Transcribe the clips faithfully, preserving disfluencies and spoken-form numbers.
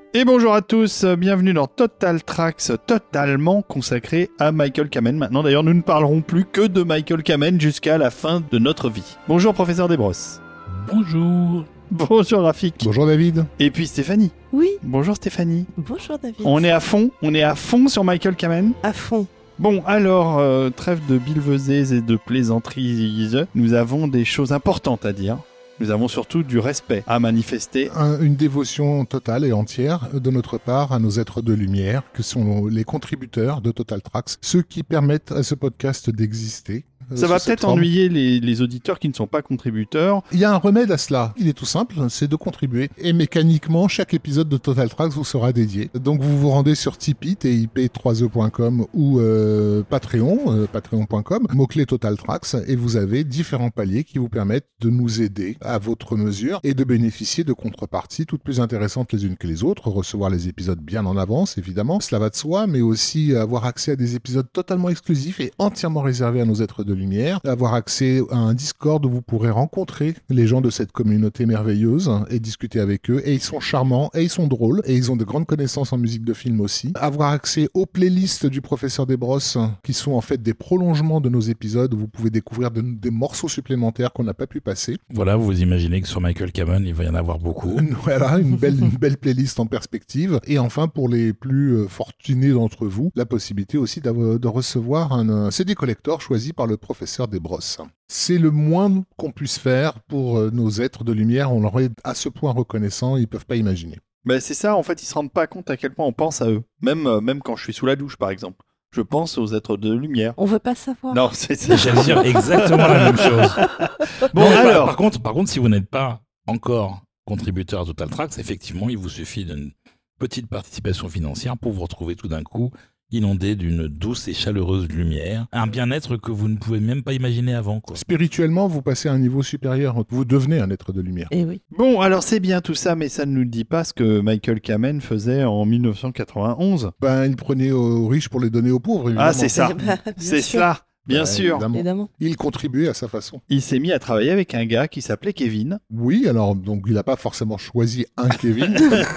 Et bonjour à tous, bienvenue dans Total Tracks, totalement consacré à Michael Kamen. Maintenant d'ailleurs, nous ne parlerons plus que de Michael Kamen jusqu'à la fin de notre vie. Bonjour professeur Desbrosses. Bonjour. Bonjour Rafik. Bonjour David. Et puis Stéphanie. Oui. Bonjour Stéphanie. Bonjour David. On est à fond, on est à fond sur Michael Kamen. À fond. Bon, alors, euh, trêve de bilvesées et de plaisanteries, nous avons des choses importantes à dire. Nous avons surtout du respect à manifester. Un, une dévotion totale et entière de notre part à nos êtres de lumière, que sont les contributeurs de Total Tracks, ceux qui permettent à ce podcast d'exister. Ça va peut-être ennuyer les, les auditeurs qui ne sont pas contributeurs. Il y a un remède à cela. Il est tout simple, c'est de contribuer. Et mécaniquement, chaque épisode de Total Tracks vous sera dédié. Donc vous vous rendez sur Tipeee, T I P trois E point com ou euh, Patreon, euh, patreon point com, mot-clé Total Tracks, et vous avez différents paliers qui vous permettent de nous aider à votre mesure et de bénéficier de contreparties toutes plus intéressantes les unes que les autres, recevoir les épisodes bien en avance, évidemment, cela va de soi, mais aussi avoir accès à des épisodes totalement exclusifs et entièrement réservés à nos êtres de lumière, avoir accès à un Discord où vous pourrez rencontrer les gens de cette communauté merveilleuse et discuter avec eux, et ils sont charmants, et ils sont drôles, et ils ont de grandes connaissances en musique de film aussi, avoir accès aux playlists du professeur Desbrosses, qui sont en fait des prolongements de nos épisodes, où vous pouvez découvrir de, des morceaux supplémentaires qu'on n'a pas pu passer. Voilà, vous imaginez que sur Michael Kamen, il va y en avoir beaucoup. Voilà, une belle, une belle playlist en perspective, et enfin pour les plus fortunés d'entre vous, la possibilité aussi de recevoir un, un C D collector choisi par le professeur Desbrosses. C'est le moins qu'on puisse faire pour nos êtres de lumière. On leur est à ce point reconnaissant, ils peuvent pas imaginer. Ben c'est ça, en fait, ils se rendent pas compte à quel point on pense à eux. Même, euh, même quand je suis sous la douche, par exemple. Je pense aux êtres de lumière. On veut pas savoir. Non, c'est ça. J'allais dire exactement la même chose. Bon, Non, alors. Par, par, contre, par contre, si vous n'êtes pas encore contributeur à Total Tracks, effectivement, il vous suffit d'une petite participation financière pour vous retrouver tout d'un coup inondé d'une douce et chaleureuse lumière, un bien-être que vous ne pouvez même pas imaginer avant, quoi. Spirituellement, vous passez à un niveau supérieur, vous devenez un être de lumière. Eh oui. Bon, alors c'est bien tout ça, mais ça ne nous dit pas ce que Michael Kamen faisait en dix-neuf cent quatre-vingt-onze. Ben, il prenait aux riches pour les donner aux pauvres, évidemment. Ah, c'est ça. Eh ben, bien C'est sûr. ça, bien Ben, sûr. Évidemment. Évidemment. Il contribuait à sa façon. Il s'est mis à travailler avec un gars qui s'appelait Kevin. Oui, alors, donc, il n'a pas forcément choisi un Kevin.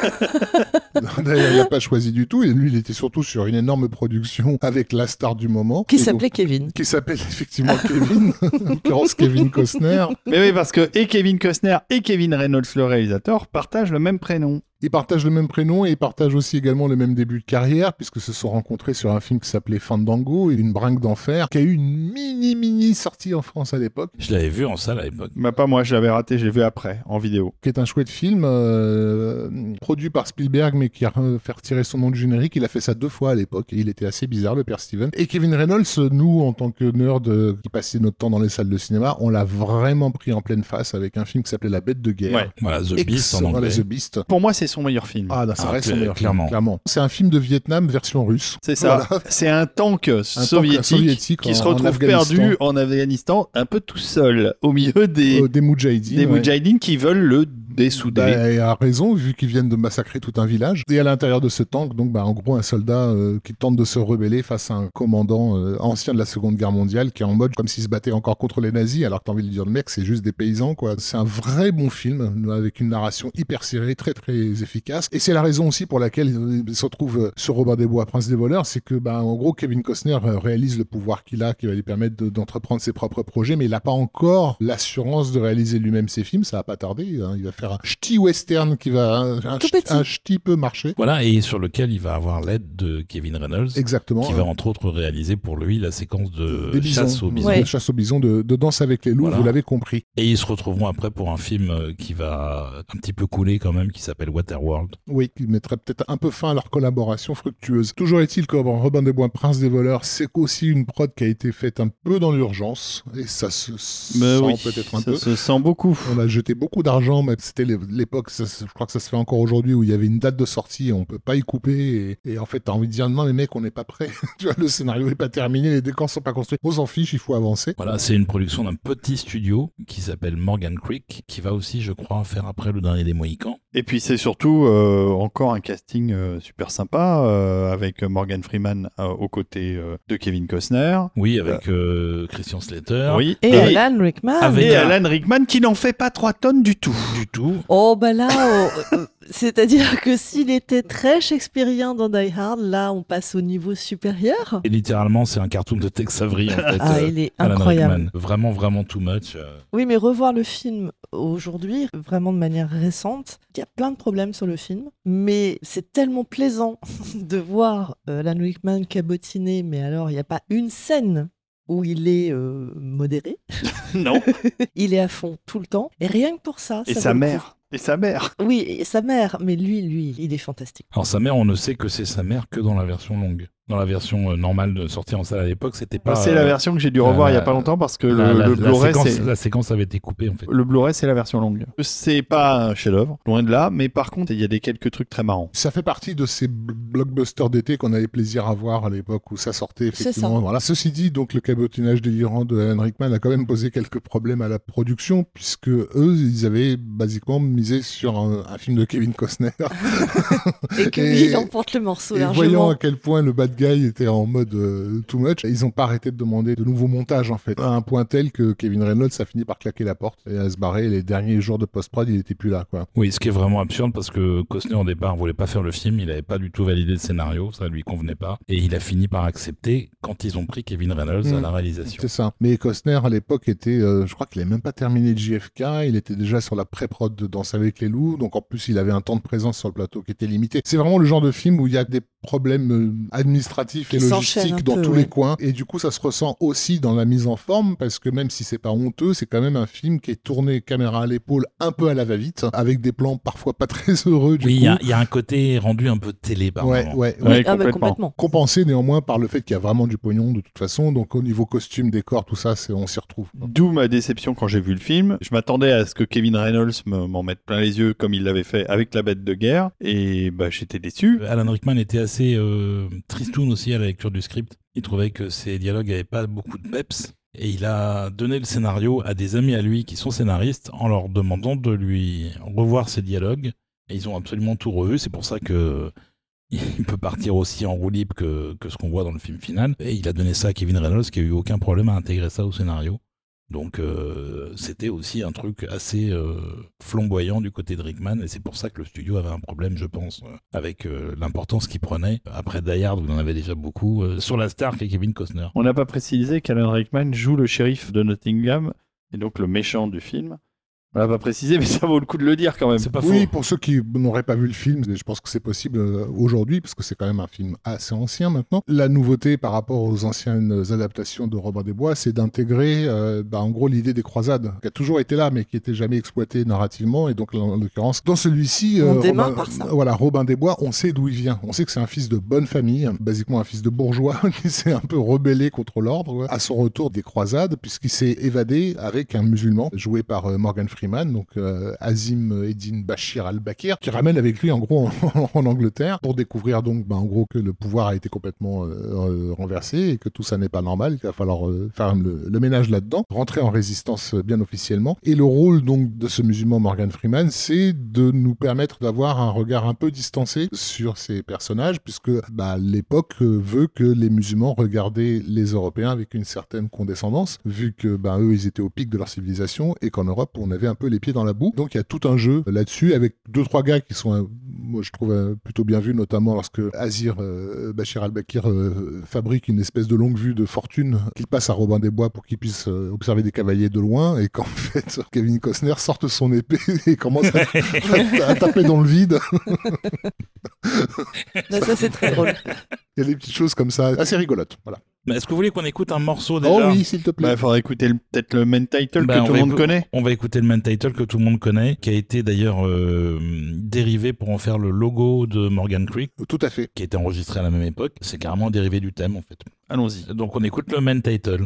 D'ailleurs, il n'a pas choisi du tout. Et lui, il était surtout sur une énorme production avec la star du moment. Qui Et s'appelait donc- Kevin. Qui s'appelle effectivement Kevin. En l'occurrence, Kevin Costner. Mais oui, parce que et Kevin Costner et Kevin Reynolds, le réalisateur, partagent le même prénom. Ils partagent le même prénom et ils partagent aussi également le même début de carrière, puisque se sont rencontrés sur un film qui s'appelait Fandango, une bringue d'enfer, qui a eu une mini mini sortie en France à l'époque, Je l'avais vu en salle à l'époque. Bah pas moi, je l'avais raté, je l'ai vu après, en vidéo. qui est un chouette film euh, produit par Spielberg, mais qui a fait retirer son nom du générique. Il a fait ça deux fois à l'époque et il était assez bizarre, le père Steven. Et Kevin Reynolds, nous, en tant que nerd euh, qui passait notre temps dans les salles de cinéma, on l'a vraiment pris en pleine face avec un film qui s'appelait La Bête de guerre. Ouais. Voilà, The Ex- Beast en voilà, anglais. The Beast. Pour moi, c'est son meilleur film. Ah, là, ça Ah, reste cl- son meilleur film, clairement. clairement. C'est un film de Vietnam version russe. C'est ça. Voilà. C'est un tank soviétique, soviétique qui en- se en retrouve Afghanistan. perdu en Afghanistan, un peu tout seul, au milieu des, Euh, des Moudjahidines. des ouais. Moudjahidines qui veulent le dessouder. Bah, et a raison, vu qu'ils viennent de massacrer tout un village. Et à l'intérieur de ce tank, donc, bah, en gros, un soldat euh, qui tente de se rebeller face à un commandant euh, ancien de la Seconde Guerre mondiale qui est en mode comme s'il se battait encore contre les nazis, alors que t'as envie de lui dire, le mec, c'est juste des paysans, quoi. C'est un vrai bon film, avec une narration hyper serrée, très très efficace. Et c'est la raison aussi pour laquelle il se retrouve euh, sur Robin des Bois, Prince des voleurs, c'est que, bah, en gros, Kevin Costner euh, réalise le pouvoir qu'il a, qui va lui permettre de- d'entreprendre ses propres projets, mais il n'a pas encore l'assurance de réaliser lui-même ses films, ça va pas tarder, hein. Il va faire un ch'ti western qui va, un, un Tout ch'ti- petit. un ch'ti peu marcher. Voilà, et sur lequel il va avoir l'aide de Kevin Reynolds, Exactement. qui va entre autres réaliser pour lui la séquence de Des bisons. chasse aux bisons. Ouais. De chasse aux bisons, de, de danse avec les loups, Voilà. vous l'avez compris. Et ils se retrouveront après pour un film euh, qui va un petit peu couler quand même, qui s'appelle Waterworld. Oui, qui mettrait peut-être un peu fin à leur collaboration fructueuse. Toujours est-il que dans Robin des Bois, Prince des voleurs, c'est aussi une prod qui a été faite un peu dans l'urgence, et ça se Mais sent oui, peut-être un ça peu. se sent beaucoup. On a jeté beaucoup d'argent, mais c'était l'é- l'époque, ça, je crois que ça se fait encore aujourd'hui, où il y avait une date de sortie, et on peut pas y couper, et, et en fait, t'as envie de dire, non, mais mec, on n'est pas prêt. Tu vois, le scénario est pas terminé, les décors sont pas construits. On s'en fiche, il faut avancer. Voilà, c'est une production d'un petit studio qui s'appelle Morgan Creek, qui va aussi, je crois, faire après Le Dernier des Mohicans. Et puis c'est surtout euh, encore un casting euh, super sympa euh, avec Morgan Freeman euh, aux côtés euh, de Kevin Costner. Oui, avec euh, Christian Slater. Oui. Et Et, Alan Rickman. Avec- et un- Alan Rickman qui n'en fait pas trois tonnes du tout. Du tout. Oh, bah là, oh, euh, C'est-à-dire que s'il était très shakespearien dans Die Hard, là, on passe au niveau supérieur. Et littéralement, c'est un cartoon de Tex Avery, en fait. Ah, euh, il est Alan incroyable. Rickman. Vraiment, vraiment too much. euh. Oui, mais revoir le film aujourd'hui, vraiment de manière récente, il y a plein de problèmes sur le film, mais c'est tellement plaisant de voir euh, Alan Rickman cabotiner, mais alors il n'y a pas une scène où il est euh, modéré. Non. Il est à fond tout le temps. Et rien que pour ça, Et ça sa vaut le coup. mère. Et sa mère. Oui, et sa mère, mais lui, lui, il est fantastique. Alors, sa mère, on ne sait que c'est sa mère que dans la version longue. Dans la version euh, normale de sortie en salle à l'époque, c'était pas. c'est la euh, version que j'ai dû revoir la- il y a pas longtemps parce que la, le, la- le la Blu-ray, séquence, c'est... la séquence avait été coupée, en fait. Le Blu-ray, c'est la version longue. C'est pas un chef-d'œuvre, loin de là, mais par contre, il y a des quelques trucs très marrants. Ça fait partie de ces bl- blockbusters d'été qu'on avait plaisir à voir à l'époque où ça sortait, C'est effectivement. ça. Voilà. Ceci dit, donc, le cabotinage délirant de Alan Rickman a quand même posé quelques problèmes à la production, puisque eux, ils avaient basiquement misé sur un, un film de Kevin Costner. Et que Et- lui, il emporte le morceau Et voyant largement. à quel point le bad guy était en mode euh, too much, ils ont pas arrêté de demander de nouveaux montages en fait, à un point tel que Kevin Reynolds a fini par claquer la porte et à se barrer. Les derniers jours de post-prod, il était plus là, quoi. Oui, ce qui est vraiment absurde parce que Costner au départ voulait pas faire le film, il avait pas du tout validé le scénario, ça lui convenait pas, et il a fini par accepter quand ils ont pris Kevin Reynolds à Mm. la réalisation. C'est ça. Mais Costner à l'époque était, euh, je crois qu'il avait même pas terminé de J F K, il était déjà sur la pré-prod de Danse avec les loups, donc en plus il avait un temps de présence sur le plateau qui était limité. C'est vraiment le genre de film où il y a des problèmes euh, administratifs Qui et s'enchaînent logistiques un dans peu, tous ouais. les coins, et du coup ça se ressent aussi dans la mise en forme, parce que même si c'est pas honteux, c'est quand même un film qui est tourné caméra à l'épaule un peu à la va-vite, avec des plans parfois pas très heureux du Oui, il coup. y, a- il y a un côté rendu un peu télé par Ouais, moment. ouais, ouais. Ouais, Ah bah, complètement. complètement. Compensé néanmoins par le fait qu'il y a vraiment du pognon de toute façon, donc au niveau costume, décor, tout ça, c'est, on s'y retrouve. D'où ma déception quand j'ai vu le film. Je m'attendais à ce que Kevin Reynolds me- m'en mette plein les yeux comme il l'avait fait avec La Bête de Guerre, et bah j'étais déçu. Alan Rickman était assez euh, tristoun aussi à la lecture du script. Il trouvait que ses dialogues n'avaient pas beaucoup de peps. Et il a donné le scénario à des amis à lui qui sont scénaristes en leur demandant de lui revoir ses dialogues. Et ils ont absolument tout revu. C'est pour ça que il peut partir aussi en roue libre que, que ce qu'on voit dans le film final. Et il a donné ça à Kevin Reynolds qui a eu aucun problème à intégrer ça au scénario. Donc euh, c'était aussi un truc assez euh, flamboyant du côté de Rickman, et c'est pour ça que le studio avait un problème, je pense, euh, avec euh, l'importance qu'il prenait. Après Die Hard, vous en avez déjà beaucoup, euh, sur la star qui est Kevin Costner. On n'a pas précisé qu'Alan Rickman joue le shérif de Nottingham, et donc le méchant du film. On l'a pas précisé, mais ça vaut le coup de le dire quand même. C'est pas Oui, faux. pour ceux qui n'auraient pas vu le film, je pense que c'est possible euh, aujourd'hui, parce que c'est quand même un film assez ancien maintenant. La nouveauté par rapport aux anciennes adaptations de Robin des Bois, c'est d'intégrer, euh, bah, en gros, l'idée des croisades, qui a toujours été là, mais qui n'était jamais exploitée narrativement. Et donc, en l'occurrence, dans celui-ci, On euh, démarre Robin, par ça. voilà, Robin des Bois, on sait d'où il vient. On sait que c'est un fils de bonne famille, basiquement un fils de bourgeois qui s'est un peu rebellé contre l'ordre ouais, à son retour des croisades, puisqu'il s'est évadé avec un musulman joué par euh, Morgan Freeman, donc euh, Azim Eddin Bashir al-Bakir, qui ramène avec lui en gros en, en Angleterre pour découvrir donc bah, en gros que le pouvoir a été complètement euh, renversé et que tout ça n'est pas normal, qu'il va falloir euh, faire le, le ménage là-dedans, rentrer en résistance bien officiellement. Et le rôle donc de ce musulman Morgan Freeman, c'est de nous permettre d'avoir un regard un peu distancé sur ces personnages, puisque bah, l'époque veut que les musulmans regardaient les Européens avec une certaine condescendance, vu que bah, eux ils étaient au pic de leur civilisation et qu'en Europe on avait un peu les pieds dans la boue. Donc il y a tout un jeu là-dessus avec deux trois gars qui sont, euh, moi je trouve euh, plutôt bien vus, notamment lorsque Azir euh, Bashir al-Bakir euh, fabrique une espèce de longue vue de fortune qu'il passe à Robin des Bois pour qu'il puisse euh, observer des cavaliers de loin, et qu'en fait Kevin Costner sorte son épée et commence à, à- à taper dans le vide. Là, ça, c'est très drôle. Il y a des petites choses comme ça assez rigolotes. Voilà. Mais est-ce que vous voulez qu'on écoute un morceau déjà? Oh oui, s'il te plaît. Bah, il faudrait écouter le- peut-être le main title Bah, que on tout le va monde écou- connaît. On va écouter le main title que tout le monde connaît, qui a été d'ailleurs euh, dérivé pour en faire le logo de Morgan Creek, Tout à fait. qui a été enregistré à la même époque. C'est carrément dérivé du thème en fait. Allons-y. Donc on écoute le main title.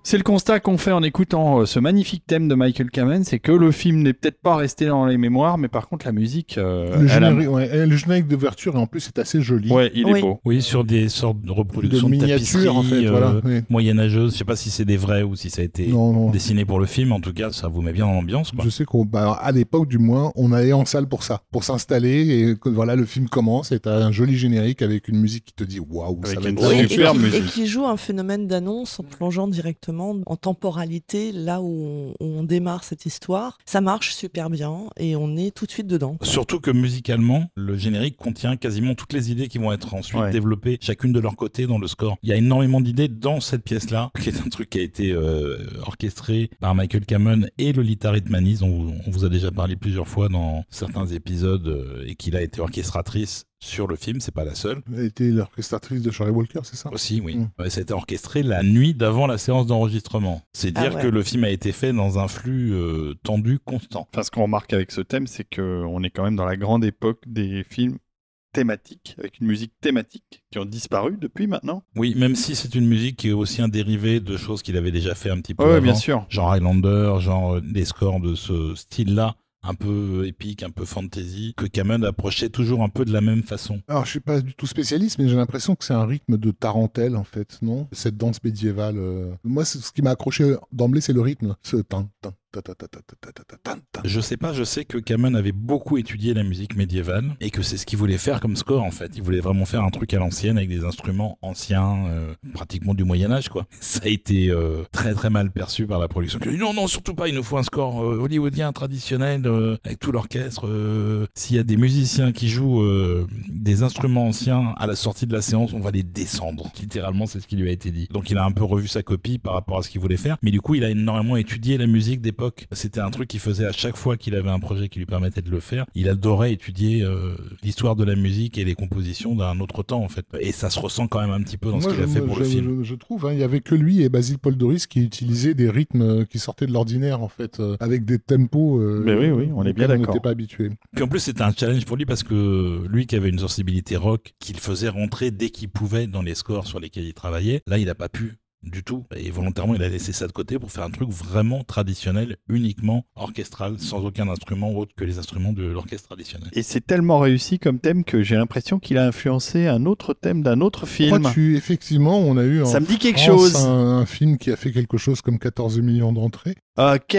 C'est le constat qu'on fait en écoutant euh, ce magnifique thème de Michael Kamen, c'est que le film n'est peut-être pas resté dans les mémoires, mais par contre la musique... Euh, le, elle a- générique, ouais, le générique d'ouverture, et en plus, c'est assez joli. Ouais, il Oui. est beau. Oui, sur des sortes de reproductions De de, miniatures, tapisseries en fait, euh, voilà, oui. moyenâgeuses. Je sais pas si c'est des vrais ou si ça a été Non, non. dessiné pour le film. En tout cas, ça vous met bien dans l'ambiance, quoi. Je sais qu'à bah, à l'époque, du moins, on allait en salle pour ça, pour s'installer, et que voilà, le film commence, et t'as un joli générique avec une musique qui te dit waouh, ça Avec va une être Oui, Oui, et, super qui, musique. et qui joue un phénomène d'annonce en plongeant directement en temporalité là où on, où on démarre cette histoire. Ça marche super bien et on est tout de suite dedans. Surtout que musicalement, le générique contient quasiment toutes les idées qui vont être ensuite Ouais. développées, chacune de leur côté dans le score. Il y a énormément d'idées dans cette pièce-là, qui est un truc qui a été euh, orchestré par Michael Kamen et Lolita Ritmanis, dont on vous a déjà parlé plusieurs fois dans certains épisodes, euh, et qu'il a été orchestratrice sur le film, c'est pas la seule. Elle était l'orchestratrice de Charlie Walker, c'est ça? Aussi, oui. Mm. Ouais, ça a été orchestré la nuit d'avant la séance d'enregistrement. C'est Ah dire ouais. que le film a été fait dans un flux euh, tendu constant. Enfin, ce qu'on remarque avec ce thème, c'est qu'on est quand même dans la grande époque des films thématiques, avec une musique thématique, qui ont disparu depuis maintenant. Oui, même si c'est une musique qui est aussi un dérivé de choses qu'il avait déjà fait un petit peu Ouais, avant. bien sûr. Genre Highlander, genre euh, des scores de ce style-là, un peu épique, un peu fantasy, que Kamen approchait toujours un peu de la même façon. Alors, je suis pas du tout spécialiste, mais j'ai l'impression que c'est un rythme de tarentelle, en fait, non? Cette danse médiévale. euh, Moi, c'est- ce qui m'a accroché d'emblée, c'est le rythme. Ce tin, tin, ta, ta, ta, ta, ta, ta, ta, ta, ta, ta. Je sais pas, je sais que Kamen avait beaucoup étudié la musique médiévale et que c'est ce qu'il voulait faire comme score en fait. Il voulait vraiment faire un truc à l'ancienne avec des instruments anciens, euh, pratiquement du Moyen-Âge quoi. Ça a été euh, très très mal perçu par la production. Qui a dit, non, non, surtout pas, il nous faut un score euh, hollywoodien traditionnel euh, avec tout l'orchestre. euh, S'il y a des musiciens qui jouent euh, des instruments anciens à la sortie de la séance, on va les descendre. Littéralement, c'est ce qui lui a été dit. Donc il a un peu revu sa copie par rapport à ce qu'il voulait faire. Mais du coup, il a énormément étudié la musique d'époque. C'était un truc qu'il faisait à chaque fois qu'il avait un projet qui lui permettait de le faire. Il adorait étudier euh, l'histoire de la musique et les compositions d'un autre temps en fait. Et ça se ressent quand même un petit peu dans Moi, ce qu'il je, a fait me- pour je- le film. je- je trouve, hein, il y avait que lui et Basil Paul Doris qui utilisaient des rythmes euh, qui sortaient de l'ordinaire, en fait, euh, avec des tempos. euh, Mais oui, oui, on est bien auxquels d'accord. On n'était pas habitué. Puis en plus, c'était un challenge pour lui parce que lui qui avait une sensibilité rock, qu'il faisait rentrer dès qu'il pouvait dans les scores sur lesquels il travaillait, là, il n'a pas pu du tout. Et volontairement, il a laissé ça de côté pour faire un truc vraiment traditionnel, uniquement orchestral, sans aucun instrument autre que les instruments de l'orchestre traditionnel. Et c'est tellement réussi comme thème que j'ai l'impression qu'il a influencé un autre thème d'un autre film. Crois-tu, effectivement, on a eu en Ça me dit quelque France chose. Un, un film qui a fait quelque chose comme quatorze millions d'entrées, Ok.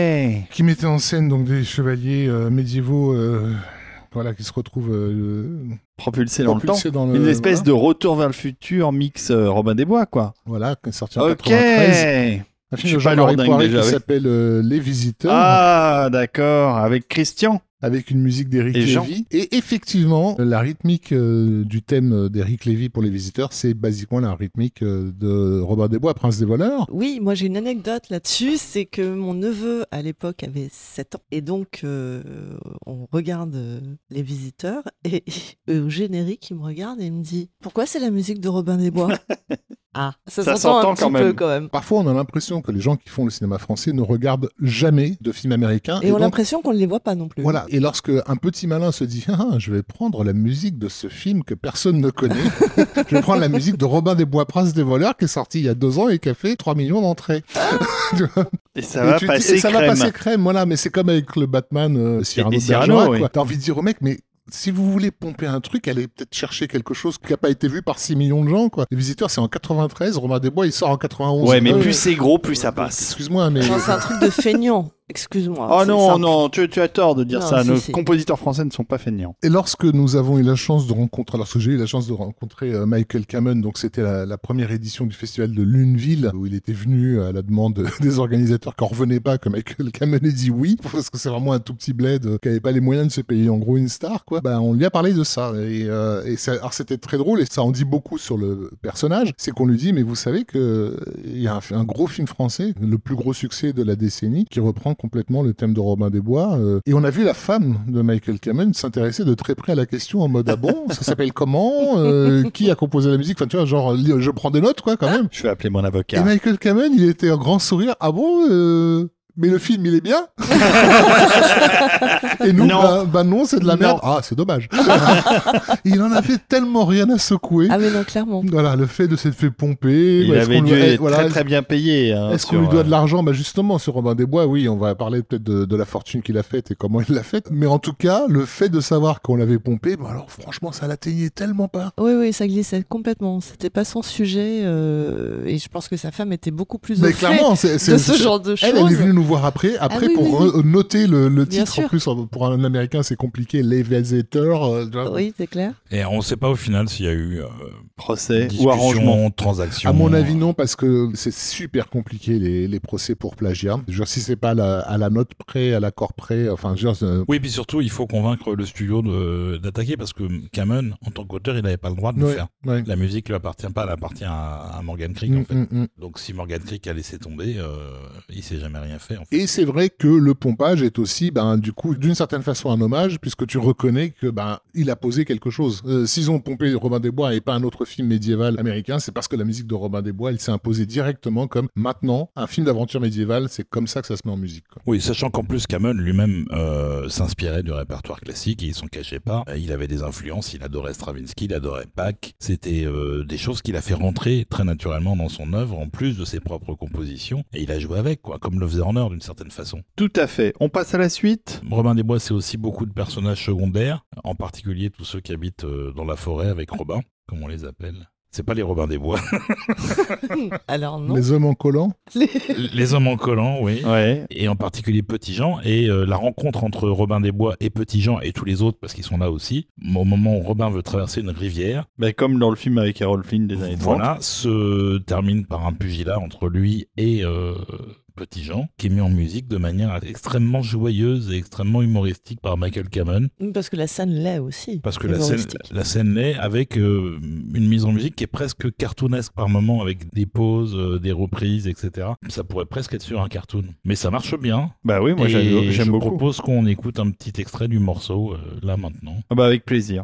qui mettait en scène donc des chevaliers euh, médiévaux, euh, voilà, qui se retrouvent euh, Propulsé dans le temps. propulsés dans le. Une espèce voilà. de retour vers le futur mix euh, Robin des Bois, quoi. Voilà, qui est sorti en Ok. quatre-vingt-treize. Un Je film suis de pas Jean-Marie lourdingue Poiré déjà, qui oui. s'appelle euh, Les Visiteurs. Ah, d'accord. Avec Christian. Avec une musique d'Éric Et Jean. Lévy. Et effectivement, la rythmique euh, du thème d'Éric Lévy pour Les Visiteurs, c'est basiquement la rythmique euh, de Robin des Bois, Prince des voleurs. Oui, moi j'ai une anecdote là-dessus, c'est que mon neveu à l'époque avait sept ans et donc euh, on regarde euh, Les Visiteurs et, et au générique il me regarde et il me dit « Pourquoi c'est la musique de Robin des Bois ?» Ah, ça, Ça s'entend s'entend un petit quand peu même. quand même. Parfois, on a l'impression que les gens qui font le cinéma français ne regardent jamais de films américains. Et on a donc, l'impression qu'on ne les voit pas non plus. voilà. Et lorsque un petit malin se dit ah, je vais prendre la musique de ce film que personne ne connaît, je vais prendre la musique de Robin des Bois, Prince des voleurs, qui est sorti il y a deux ans et qui a fait trois millions d'entrées. Tu vois. Et ça Et va tu te dis- passer et ça crème. va passer crème, voilà. Mais c'est comme avec le Batman euh, Cyrano Et- et de Cyrano, Bergerac, oui. quoi. T'as envie de dire au mec, mais si vous voulez pomper un truc, allez peut-être chercher quelque chose qui n'a pas été vu par six millions de gens, quoi. Les Visiteurs, c'est en quatre-vingt-treize, Robin des Bois, il sort en quatre-vingt-onze. Ouais, mais Euh, plus c'est gros, plus ça passe. Excuse-moi, mais. Non, c'est un truc de feignant, excuse-moi. Oh c'est non, simple. non, tu, tu as tort de dire Non, ça. si, Nos si. compositeurs français ne sont pas feignants. Et lorsque nous avons eu la chance de rencontrer, lorsque j'ai eu la chance de rencontrer euh, Michael Kamen, donc c'était la, la première édition du festival de Luneville, où il était venu à la demande des organisateurs qui en revenaient pas, que Michael Kamen ait dit oui, parce que c'est vraiment un tout petit bled euh, qui avait pas les moyens de se payer en gros une star, quoi. Bah, on lui a parlé de ça. Et, euh, et ça, alors c'était très drôle, et ça en dit beaucoup sur le personnage, c'est qu'on lui dit, mais vous savez que il y a un, un gros film français, le plus gros succès de la décennie, qui reprend complètement le thème de Robin des Bois, euh, et on a vu la femme de Michael Kamen s'intéresser de très près à la question en mode ah bon, ça s'appelle comment, euh, qui a composé la musique, enfin tu vois, genre li- je prends des notes quoi quand même. Je vais appeler mon Et avocat. Michael Kamen, il était un grand sourire, ah bon, euh, mais le film, il est bien. Et nous, Non. bah, bah non, c'est de la Non. merde. Ah, c'est dommage. Il en avait tellement rien à secouer. Ah mais non, clairement. Voilà, le fait de s'être fait pomper. Il est-ce avait qu'on lui- dû eh, être voilà, très très bien payé. hein, Est-ce qu'on sur, lui doit euh, de l'argent? Bah justement, sur Robin des Bois, oui, on va parler peut-être de, de la fortune qu'il a faite et comment il l'a faite. Mais en tout cas, le fait de savoir qu'on l'avait pompé, bah alors franchement, ça l'atteignait tellement pas. Oui, oui, ça glissait complètement. C'était pas son sujet. euh, Et je pense que sa femme était beaucoup plus au Mais fait clairement, c'est, c'est- de ce c'est- genre de choses. Elle, elle est venue nous voir après, après oui, pour oui, re- noter le, le Bien titre. En sûr. plus, pour un Américain, c'est compliqué. Les visiteurs. euh, tu vois. Oui, c'est clair. Et on ne sait pas au final s'il y a eu euh, procès ou discussion, arrangement. transaction. À mon avis, non, parce que c'est super compliqué les, les procès pour plagiat. Je veux dire, si c'est pas à la, à la note près, à l'accord près, enfin, je veux dire, euh, Oui, puis surtout, il faut convaincre le studio de- d'attaquer parce que Cameron, en tant qu'auteur, il n'avait pas le droit de le ouais, faire. ouais. La musique lui appartient pas, elle appartient à, à Morgan Creek, Mm, en fait. mm, mm. Donc si Morgan Creek a laissé tomber, euh, il s'est jamais rien fait. En fait. Et c'est vrai que le pompage est aussi, ben, du coup, d'une certaine façon un hommage, puisque tu reconnais que, ben, il a posé quelque chose. Euh, s'ils ont pompé Robin des Bois et pas un autre film médiéval américain, c'est parce que la musique de Robin des Bois, elle s'est imposée directement comme maintenant, un film d'aventure médiévale, c'est comme ça que ça se met en musique, quoi. Oui, sachant qu'en plus Cameron lui-même euh, s'inspirait du répertoire classique et il s'en cachait pas. Euh, Il avait des influences, il adorait Stravinsky, il adorait Bach. C'était euh, des choses qu'il a fait rentrer très naturellement dans son œuvre, en plus de ses propres compositions. Et il a joué avec, quoi, comme le faisait Horner d'une certaine façon. Tout à fait. On passe à la suite. Robin des Bois, c'est aussi beaucoup de personnages secondaires, en particulier tous ceux qui habitent euh, dans la forêt avec Robin, comme on les appelle. C'est pas les Robins des Bois. Alors non. Les hommes en collant. Les hommes en collant, oui. Ouais. Et en particulier Petit Jean. Et euh, la rencontre entre Robin des Bois et Petit Jean et tous les autres, parce qu'ils sont là aussi, au moment où Robin veut traverser une rivière, Ben, comme dans le film avec Errol Flynn des années trente. voilà, se termine par un pugilat entre lui et euh, Petit Jean, qui est mis en musique de manière extrêmement joyeuse et extrêmement humoristique par Michael Cameron. Parce que la scène l'est aussi. Parce que la scène, humoristique. la scène l'est avec euh, une mise en musique qui est presque cartoonesque par moments, avec des pauses, euh, des reprises, et cetera. Ça pourrait presque être sur un cartoon. Mais ça marche bien. Bah oui, moi Et j'aime j'aime je beaucoup. propose qu'on écoute un petit extrait du morceau, euh, là maintenant. Ah bah avec plaisir.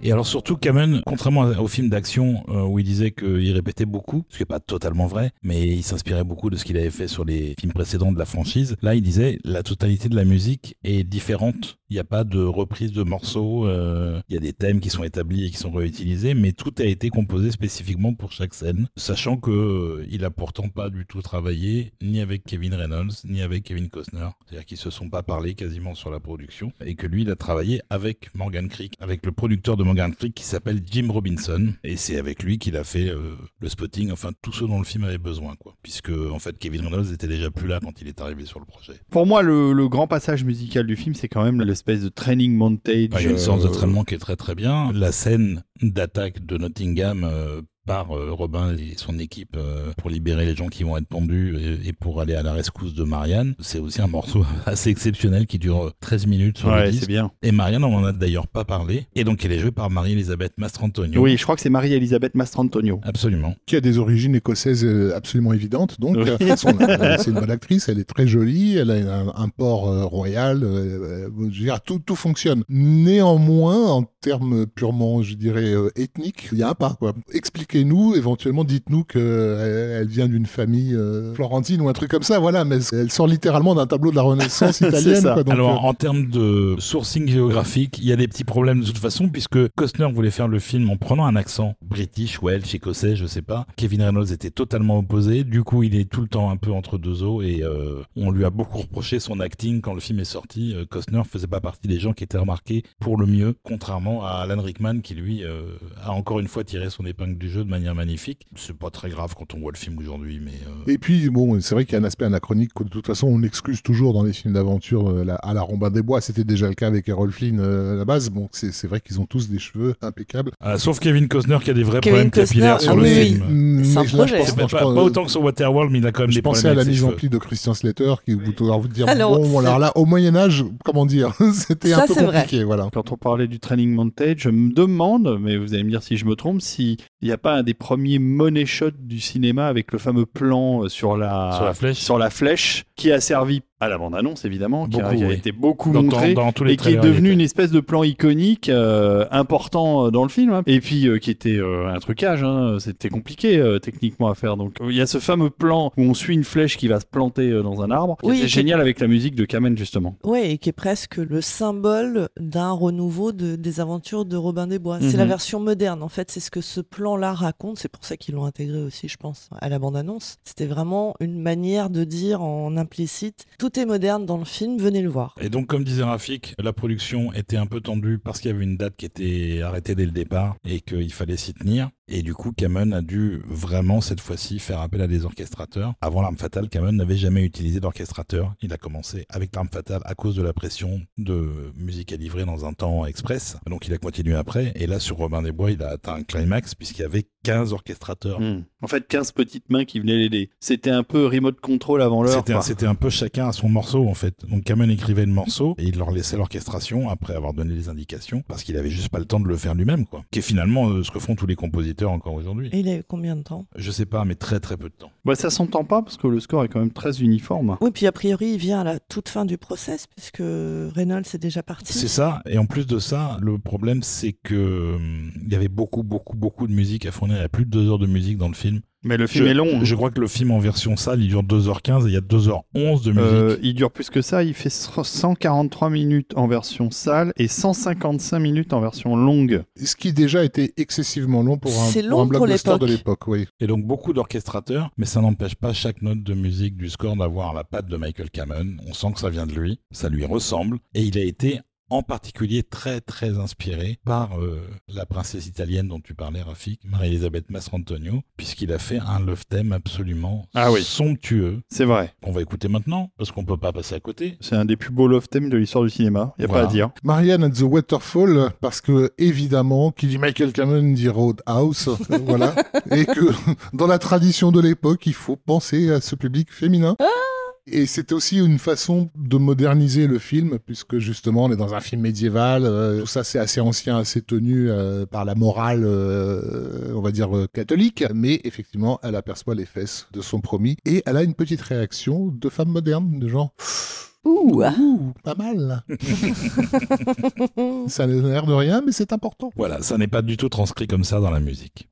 Et alors surtout, Kamen, contrairement au film d'action euh, où il disait qu'il répétait beaucoup, ce qui n'est pas totalement vrai, mais il s'inspirait beaucoup de ce qu'il avait fait sur les films précédents de la franchise, là il disait la totalité de la musique est différente. Il n'y a pas de reprise de morceaux, euh, il y a des thèmes qui sont établis et qui sont réutilisés, mais tout a été composé spécifiquement pour chaque scène, sachant que euh, il a pourtant pas du tout travaillé ni avec Kevin Reynolds, ni avec Kevin Costner. C'est-à-dire qu'ils se sont pas parlé quasiment sur la production, et que lui, il a travaillé avec Morgan Creek, avec le producteur de Morgan Creek qui s'appelle Jim Robinson, et c'est avec lui qu'il a fait euh, le spotting, enfin tout ce dont le film avait besoin, quoi. Puisque, en fait, Kevin Reynolds était déjà plus là quand il est arrivé sur le projet. Pour moi, le, le grand passage musical du film, c'est quand même le espèce de training montage. Ah, il y a une euh... séance d'entraînement qui est très très bien. La scène d'attaque de Nottingham euh, par euh, Robin et son équipe euh, pour libérer les gens qui vont être pendus et, et pour aller à la rescousse de Marianne. C'est aussi un morceau assez exceptionnel qui dure treize minutes sur ouais, le disque. C'est bien. Et Marianne, on en a d'ailleurs pas parlé. Et donc, elle est jouée par Marie-Elisabeth Mastrantonio. Oui, je crois que c'est Marie-Elisabeth Mastrantonio. Absolument. Qui a des origines écossaises absolument évidentes. Donc, oui. euh, son, euh, c'est une bonne actrice, elle est très jolie, elle a un, un port euh, royal. Euh, je veux dire, tout, tout fonctionne. Néanmoins, en termes purement, je dirais, euh, ethniques, il y a un pas, quoi. Expliquez-nous, éventuellement, dites-nous qu'elle elle vient d'une famille euh, florentine ou un truc comme ça, voilà, mais elle sort littéralement d'un tableau de la Renaissance italienne. Quoi, donc, Alors, euh... en termes de sourcing géographique, il y a des petits problèmes de toute façon, puisque Costner voulait faire le film en prenant un accent british, welsh, écossais, je sais pas. Kevin Reynolds était totalement opposé, du coup, il est tout le temps un peu entre deux eaux, et euh, on lui a beaucoup reproché son acting quand le film est sorti. Euh, Costner faisait pas partie des gens qui étaient remarqués pour le mieux, contrairement à Alan Rickman qui lui euh, a encore une fois tiré son épingle du jeu de manière magnifique. C'est pas très grave quand on voit le film aujourd'hui, mais euh... et puis bon, c'est vrai qu'il y a un aspect anachronique que de toute façon on excuse toujours dans les films d'aventure euh, la, à la Robin des Bois. C'était déjà le cas avec Errol Flynn euh, à la base. Bon, c'est, c'est vrai qu'ils ont tous des cheveux impeccables. Ah, sauf Kevin Costner qui a des vrais Kevin problèmes Costner, capillaires sur ah le oui, film. Mais c'est un je- là, projet, je pense- hein. Pas, non, je pas- pense- pas autant que sur Waterworld, mais il a quand même Je des pensais problèmes à la avec ses mise en cheveux. pli de Christian Slater qui vous vous dire Alors, bon c'est- alors là au Moyen Âge comment dire c'était Ça, un peu c'est vrai. compliqué voilà. Quand on parlait du training montage, je me demande, mais vous allez me dire si je me trompe, s'il n'y a pas un des premiers money shots du cinéma avec le fameux plan euh, sur la, Sur la flèche. sur la flèche qui a servi à la bande-annonce évidemment, qui a, Beaucoup, qui a oui. été beaucoup Dans- montré dans- dans tous les et qui est trailers, il devenu était. une espèce de plan iconique euh, important euh, dans le film, hein, et puis euh, qui était euh, un trucage, hein, c'était compliqué euh, techniquement à faire. Donc euh, il y a ce fameux plan où on suit une flèche qui va se planter euh, dans un arbre. Oui, c'est qui- génial avec la musique de Kamen justement. Ouais, et qui est presque le symbole d'un renouveau de, des aventures de Robin des Bois. Mhm. C'est la version moderne, en fait, c'est ce que ce plan-là raconte, c'est pour ça qu'ils l'ont intégré aussi, je pense, à la bande-annonce. C'était vraiment une manière de dire en implicite, tout est moderne dans le film, venez le voir. Et donc, comme disait Rafik, la production était un peu tendue parce qu'il y avait une date qui était arrêtée dès le départ et qu'il fallait s'y tenir. Et du coup, Kamen a dû vraiment, cette fois-ci, faire appel à des orchestrateurs. Avant L'Arme Fatale, Kamen n'avait jamais utilisé d'orchestrateur. Il a commencé avec L'Arme Fatale à cause de la pression de musique à livrer dans un temps express. Donc, il a continué après. Et là, sur Robin des Bois, il a atteint un climax puisqu'il y avait quinze orchestrateurs. Hmm. En fait, quinze petites mains qui venaient l'aider. C'était un peu remote control avant l'heure. C'était un, quoi. c'était un peu chacun à son morceau en fait. Donc Kamen écrivait le morceau et il leur laissait l'orchestration après avoir donné les indications parce qu'il avait juste pas le temps de le faire lui-même quoi. Qui est finalement euh, ce que font tous les compositeurs encore aujourd'hui. Et il a eu combien de temps? Je sais pas mais très très peu de temps. Bah, ça s'entend pas parce que le score est quand même très uniforme. Oui, puis a priori, il vient à la toute fin du process, puisque Reynolds est déjà parti. C'est ça et en plus de ça, le problème c'est que hum, il y avait beaucoup beaucoup beaucoup de musique à fournir, il y a plus de deux heures de musique dans le film. Mais le film je, est long. Je crois que le film en version salle, il dure deux heures quinze et il y a deux heures onze de musique. Euh, il dure plus que ça, il fait cent quarante-trois minutes en version salle et cent cinquante-cinq minutes en version longue. Ce qui déjà était excessivement long pour un, C'est pour long un pour blockbuster l'époque. de l'époque, oui. Et donc beaucoup d'orchestrateurs, mais ça n'empêche pas chaque note de musique du score d'avoir la patte de Michael Kamen. On sent que ça vient de lui, ça lui ressemble, et il a été en particulier très très inspiré par euh, la princesse italienne dont tu parlais, Rafik, Marie-Elisabeth Mastrantonio, puisqu'il a fait un love theme absolument Ah oui. somptueux, C'est vrai. qu'on va écouter maintenant, parce qu'on peut pas passer à côté. C'est un des plus beaux love themes de l'histoire du cinéma. Il n'y a Voilà. pas à dire. Marianne at the Waterfall, parce que évidemment, qui dit Michael Kamen dit Roadhouse, euh, voilà, et que dans la tradition de l'époque, il faut penser à ce public féminin. Et c'était aussi une façon de moderniser le film, puisque justement on est dans un film médiéval, euh, tout ça c'est assez ancien, assez tenu euh, par la morale, euh, on va dire euh, catholique, mais effectivement elle aperçoit les fesses de son promis, et elle a une petite réaction de femme moderne, de genre... Ouh, Ouh, pas mal. Ça n'a l'air de rien, mais c'est important. Voilà, ça n'est pas du tout transcrit comme ça dans la musique.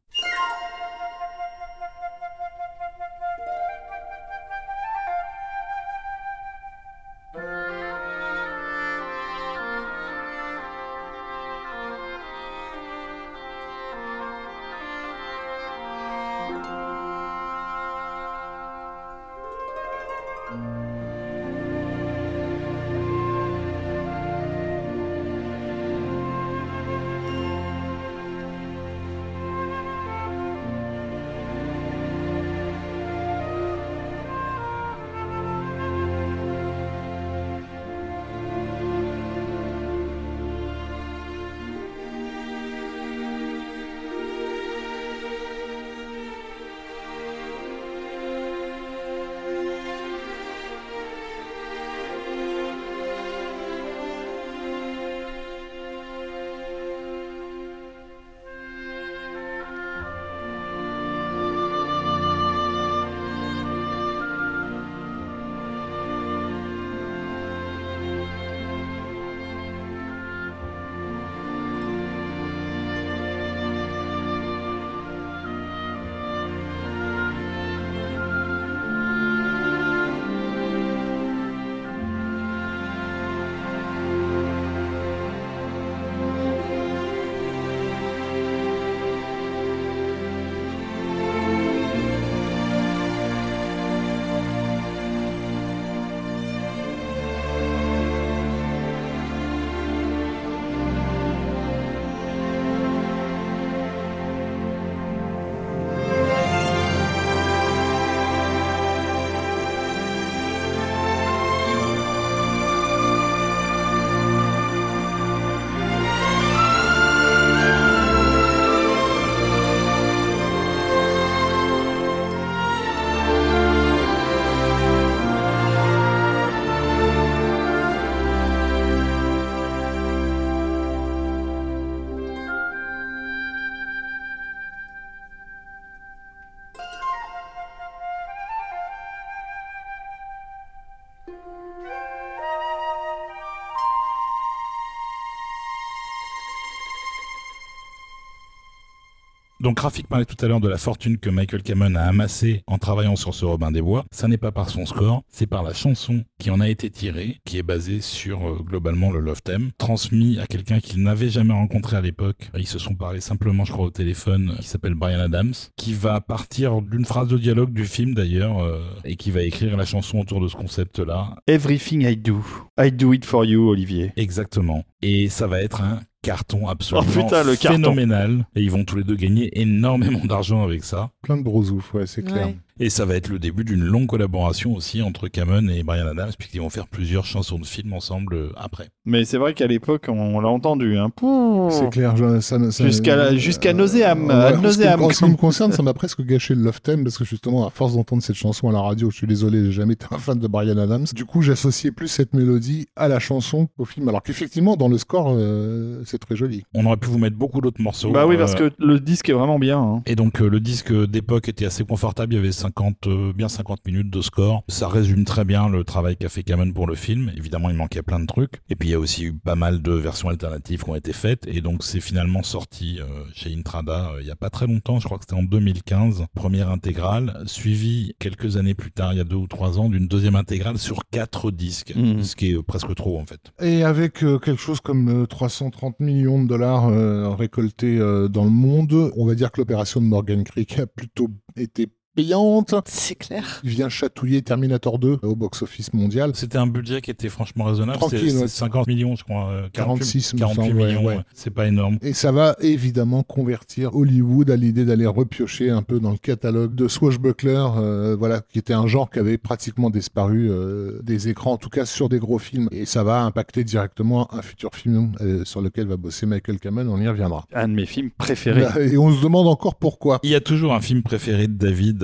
Donc Rafik parlait tout à l'heure de la fortune que Michael Kamen a amassée en travaillant sur ce Robin des Bois. Ça n'est pas par son score, c'est par la chanson qui en a été tirée, qui est basée sur euh, globalement le love theme, transmis à quelqu'un qu'il n'avait jamais rencontré à l'époque. Ils se sont parlé simplement, je crois, au téléphone, qui s'appelle Bryan Adams, qui va partir d'une phrase de dialogue du film d'ailleurs, euh, et qui va écrire la chanson autour de ce concept-là. Everything I do, I do it for you, Olivier. Exactement. Et ça va être un carton absolument oh putain, le phénoménal. Carton. Et ils vont tous les deux gagner énormément d'argent avec ça. Plein de brosouf, ouais, c'est clair. Ouais. Et ça va être le début d'une longue collaboration aussi entre Kamen et Bryan Adams, puisqu'ils vont faire plusieurs chansons de films ensemble euh, après. Mais c'est vrai qu'à l'époque, on, on l'a entendu. Hein. Pouh. C'est clair. Je, ça, ça, Jusqu'à, la, jusqu'à nauséam. Euh, à ouais, nauséam. en ce qui me concerne, ça m'a presque gâché le love theme, parce que justement, à force d'entendre cette chanson à la radio, je suis désolé, j'ai jamais été un fan de Bryan Adams. Du coup, j'associais plus cette mélodie à la chanson qu'au film. Alors qu'effectivement, dans le score, euh, c'est très joli. On aurait pu vous mettre beaucoup d'autres morceaux. Bah oui, parce euh, que le disque est vraiment bien. Hein. Et donc, euh, le disque d'époque était assez confortable. Il y avait cinquante, euh, bien cinquante minutes de score. Ça résume très bien le travail qu'a fait Kamen pour le film. Évidemment, il manquait plein de trucs. Et puis, il y a aussi eu pas mal de versions alternatives qui ont été faites. Et donc, c'est finalement sorti euh, chez Intrada euh, il y a pas très longtemps. Je crois que c'était en deux mille quinze. Première intégrale, suivie quelques années plus tard, il y a deux ou trois ans, d'une deuxième intégrale sur quatre disques. Mmh. Ce qui est euh, presque trop, en fait. Et avec euh, quelque chose comme euh, trois cent trente millions de dollars euh, récoltés euh, dans le monde, on va dire que l'opération de Morgan Creek a plutôt été payante. C'est clair. Il vient chatouiller Terminator deux au box-office mondial. C'était un budget qui était franchement raisonnable. Tranquille, C'était ouais. cinquante millions, je crois. euh, quarante-six, me quarante-huit semble, ouais, millions, ouais. ouais. C'est pas énorme. Et ça va évidemment convertir Hollywood à l'idée d'aller repiocher un peu dans le catalogue de Swashbuckler, euh, voilà, qui était un genre qui avait pratiquement disparu euh, des écrans, en tout cas sur des gros films. Et ça va impacter directement un futur film euh, sur lequel va bosser Michael Kamen, on y reviendra. Un de mes films préférés. Et on se demande encore pourquoi. Il y a toujours un film préféré de David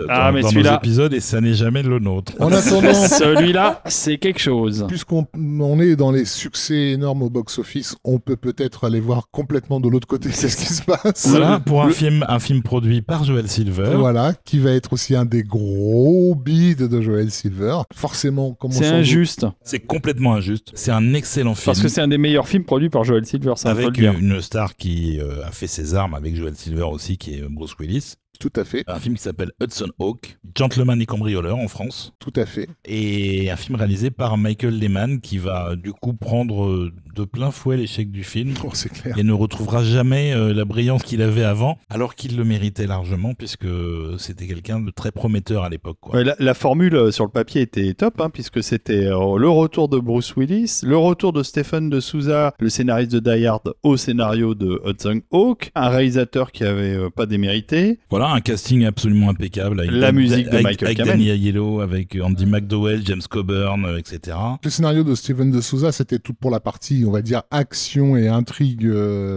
dans, Ah, mais dans nos celui-là- épisodes et ça n'est jamais le nôtre. En attendant, Celui-là, c'est quelque chose. puisqu'on on est dans les succès énormes au box-office, on peut peut-être aller voir complètement de l'autre côté qu'est-ce qui se passe. Voilà, pour un Le- film, un film produit par Joel Silver. Voilà, qui va être aussi un des gros bids de Joel Silver. Forcément, comme on C'est s'en doute- injuste. C'est complètement injuste. C'est un excellent film. Parce que c'est un des meilleurs films produits par Joel Silver, ça on peut le avec dire. une star qui euh, a fait ses armes avec Joel Silver aussi, qui est Bruce Willis. Tout à fait, Un film qui s'appelle Hudson Hawk, Gentleman et cambrioleur en France. tout à fait. Et un film réalisé par Michael Lehman qui va du coup prendre euh, de plein fouet l'échec du film Oh, c'est clair. et ne retrouvera jamais euh, la brillance qu'il avait avant, alors qu'il le méritait largement puisque c'était quelqu'un de très prometteur à l'époque, quoi. Ouais, la, la formule euh, sur le papier était top, hein, puisque c'était euh, le retour de Bruce Willis, le retour de Stephen de Souza, le scénariste de Die Hard, au scénario de Hudson Hawk, un réalisateur qui avait euh, pas démérité. Voilà, un casting absolument impeccable avec, La musique de avec, Michael avec Kamen. Danny Aiello, avec Andy McDowell, James Coburn, euh, et cetera. Le scénario de Steven de Souza, c'était tout pour la partie, on va dire, action et intrigue,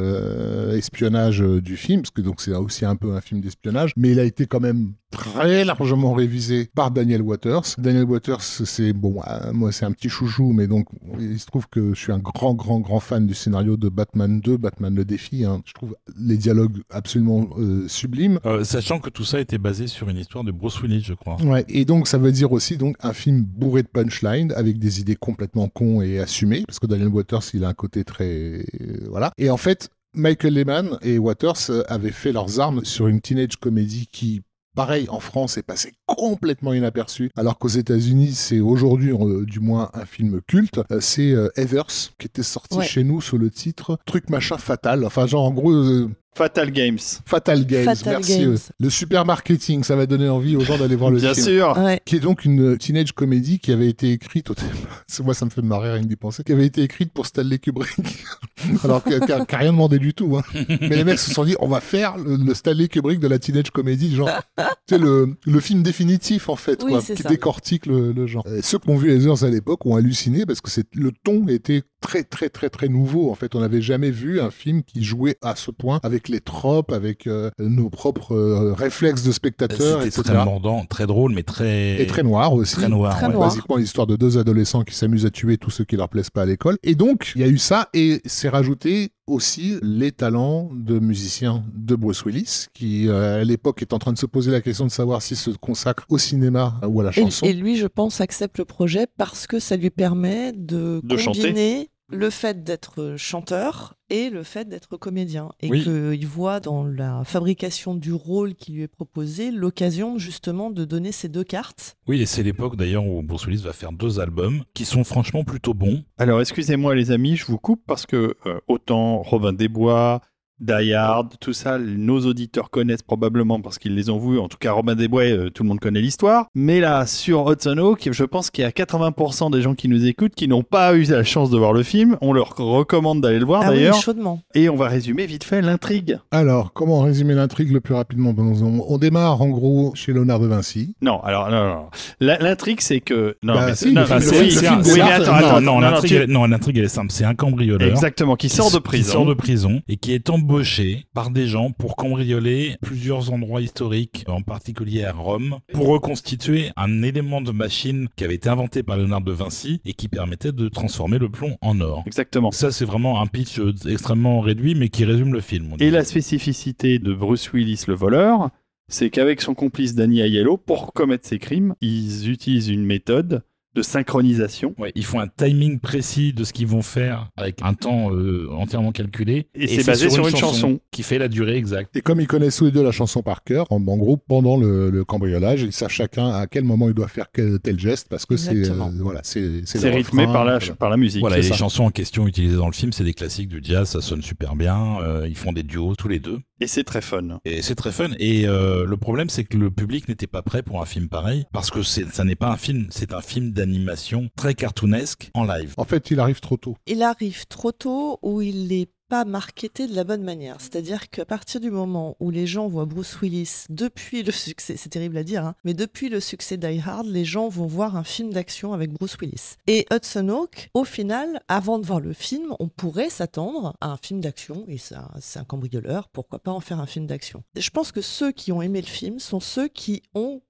euh, espionnage euh, du film, parce que donc c'est aussi un peu un film d'espionnage, mais il a été quand même très largement révisé par Daniel Waters. Daniel Waters, c'est bon, euh, moi c'est un petit chouchou, mais donc il se trouve que je suis un grand, grand, grand fan du scénario de Batman deux, Batman le défi. Hein. Je trouve les dialogues absolument euh, sublimes. Euh, sachant que tout ça était basé sur une histoire de Bruce Willis, je crois. Ouais, et donc ça veut dire aussi donc un film bourré de punchline avec des idées complètement cons et assumées, parce que Daniel Waters il a un côté très euh, voilà. Et en fait, Michael Lehman et Waters euh, avaient fait leurs armes sur une teenage comédie qui, pareil, en France est passée complètement inaperçue, alors qu'aux États-Unis c'est aujourd'hui euh, du moins un film culte. Euh, c'est euh, Heathers qui était sorti Ouais. chez nous sous le titre Truc machin fatal. Enfin genre en gros. Euh, Fatal Games. Fatal Games, Fatal merci. Games. euh, le super marketing, ça va donner envie aux gens d'aller voir le Bien film. sûr. Ouais. Qui est donc une teenage comédie qui avait été écrite, au c'est- moi ça me fait marrer rien que d'y penser, qui avait été écrite pour Stanley Kubrick, alors qu'il n'a rien demandé du tout. Hein. Mais les mecs se sont dit, on va faire le, le Stanley Kubrick de la teenage comédie, genre, tu sais, le, le film définitif en fait, Oui, quoi, c'est qui ça. décortique le, le genre. Et ceux qui ont vu les Heures à l'époque ont halluciné parce que c'est, le ton était très très très très nouveau. En fait, on n'avait jamais vu un film qui jouait à ce point avec les tropes, avec euh, nos propres euh, réflexes de spectateurs, C'était et cetera. très mordant, très drôle, mais très... Et très noir aussi. Très noir, Très ouais. noir. Basiquement l'histoire de deux adolescents qui s'amusent à tuer tous ceux qui leur plaisent pas à l'école. Et donc, il y a eu ça, et c'est rajouté aussi les talents de musiciens de Bruce Willis, qui euh, à l'époque est en train de se poser la question de savoir s'il se consacre au cinéma ou à la Et, chanson. et lui, je pense, accepte le projet parce que ça lui permet de, De chanter. combiner le fait d'être chanteur et le fait d'être comédien. Et Oui. qu'il voit dans la fabrication du rôle qui lui est proposé l'occasion justement de donner ces deux cartes. Oui, et c'est l'époque d'ailleurs où Bruce Willis va faire deux albums qui sont franchement plutôt bons. Alors, excusez-moi les amis, je vous coupe parce que euh, autant Robin des Bois, Die Hard, tout ça, nos auditeurs connaissent probablement parce qu'ils les ont vus. En tout cas, Robin des Bois, euh, tout le monde connaît l'histoire. Mais là, sur Hudson Hawk, je pense qu'il y a quatre-vingts pour cent des gens qui nous écoutent qui n'ont pas eu la chance de voir le film. On leur recommande d'aller le voir Ah oui, d'ailleurs. chaudement. Et on va résumer vite fait l'intrigue. Alors, comment résumer l'intrigue le plus rapidement? on, on démarre en gros chez Léonard de Vinci. Non, alors, non, non. non. La- L'intrigue, c'est que. Non, Bah, mais si, non, le mais film- oui, le c'est- film oui, démarre- mais attends, non, attends, non, attends, non, non, l'intrigue, tu- elle- non, l'intrigue, elle est simple. C'est un cambrioleur. Exactement, qui sort de Qui prison. sort de prison et qui est embauché par des gens pour cambrioler plusieurs endroits historiques, en particulier à Rome, pour reconstituer un élément de machine qui avait été inventé par Léonard de Vinci et qui permettait de transformer le plomb en or. Exactement. Ça, c'est vraiment un pitch euh, extrêmement réduit, mais qui résume le film. on Et dirait. la spécificité de Bruce Willis, le voleur, c'est qu'avec son complice Danny Aiello, pour commettre ces crimes, ils utilisent une méthode de synchronisation. Ouais, ils font un timing précis de ce qu'ils vont faire avec un temps euh, entièrement calculé. Et c'est basé sur une chanson. qui fait la durée exacte. Et comme ils connaissent tous les deux la chanson par cœur, en, en gros, pendant le, le cambriolage, ils savent chacun à quel moment il doit faire quel, tel geste, parce que c'est Exactement. euh, voilà, c'est c'est C'est le rythmé refrain, par la, voilà. par la musique. Voilà, c'est et les ça. chansons en question utilisées dans le film, c'est des classiques du jazz, ça sonne super bien. euh, ils font des duos tous les deux. Et c'est très fun. Et c'est très fun. Et euh, le problème, c'est que le public n'était pas prêt pour un film pareil, parce que c'est, ça n'est pas un film, c'est un film d'animation très cartoonesque en live. En fait, il arrive trop tôt. Il arrive trop tôt où il n'est pas marketé de la bonne manière. C'est-à-dire qu'à partir du moment où les gens voient Bruce Willis, depuis le succès, c'est terrible à dire, hein, mais depuis le succès Die Hard, les gens vont voir un film d'action avec Bruce Willis. Et Hudson Hawk, au final, avant de voir le film, on pourrait s'attendre à un film d'action, et ça, c'est un cambrioleur, pourquoi pas en faire un film d'action. Et je pense que ceux qui ont aimé le film sont ceux qui ont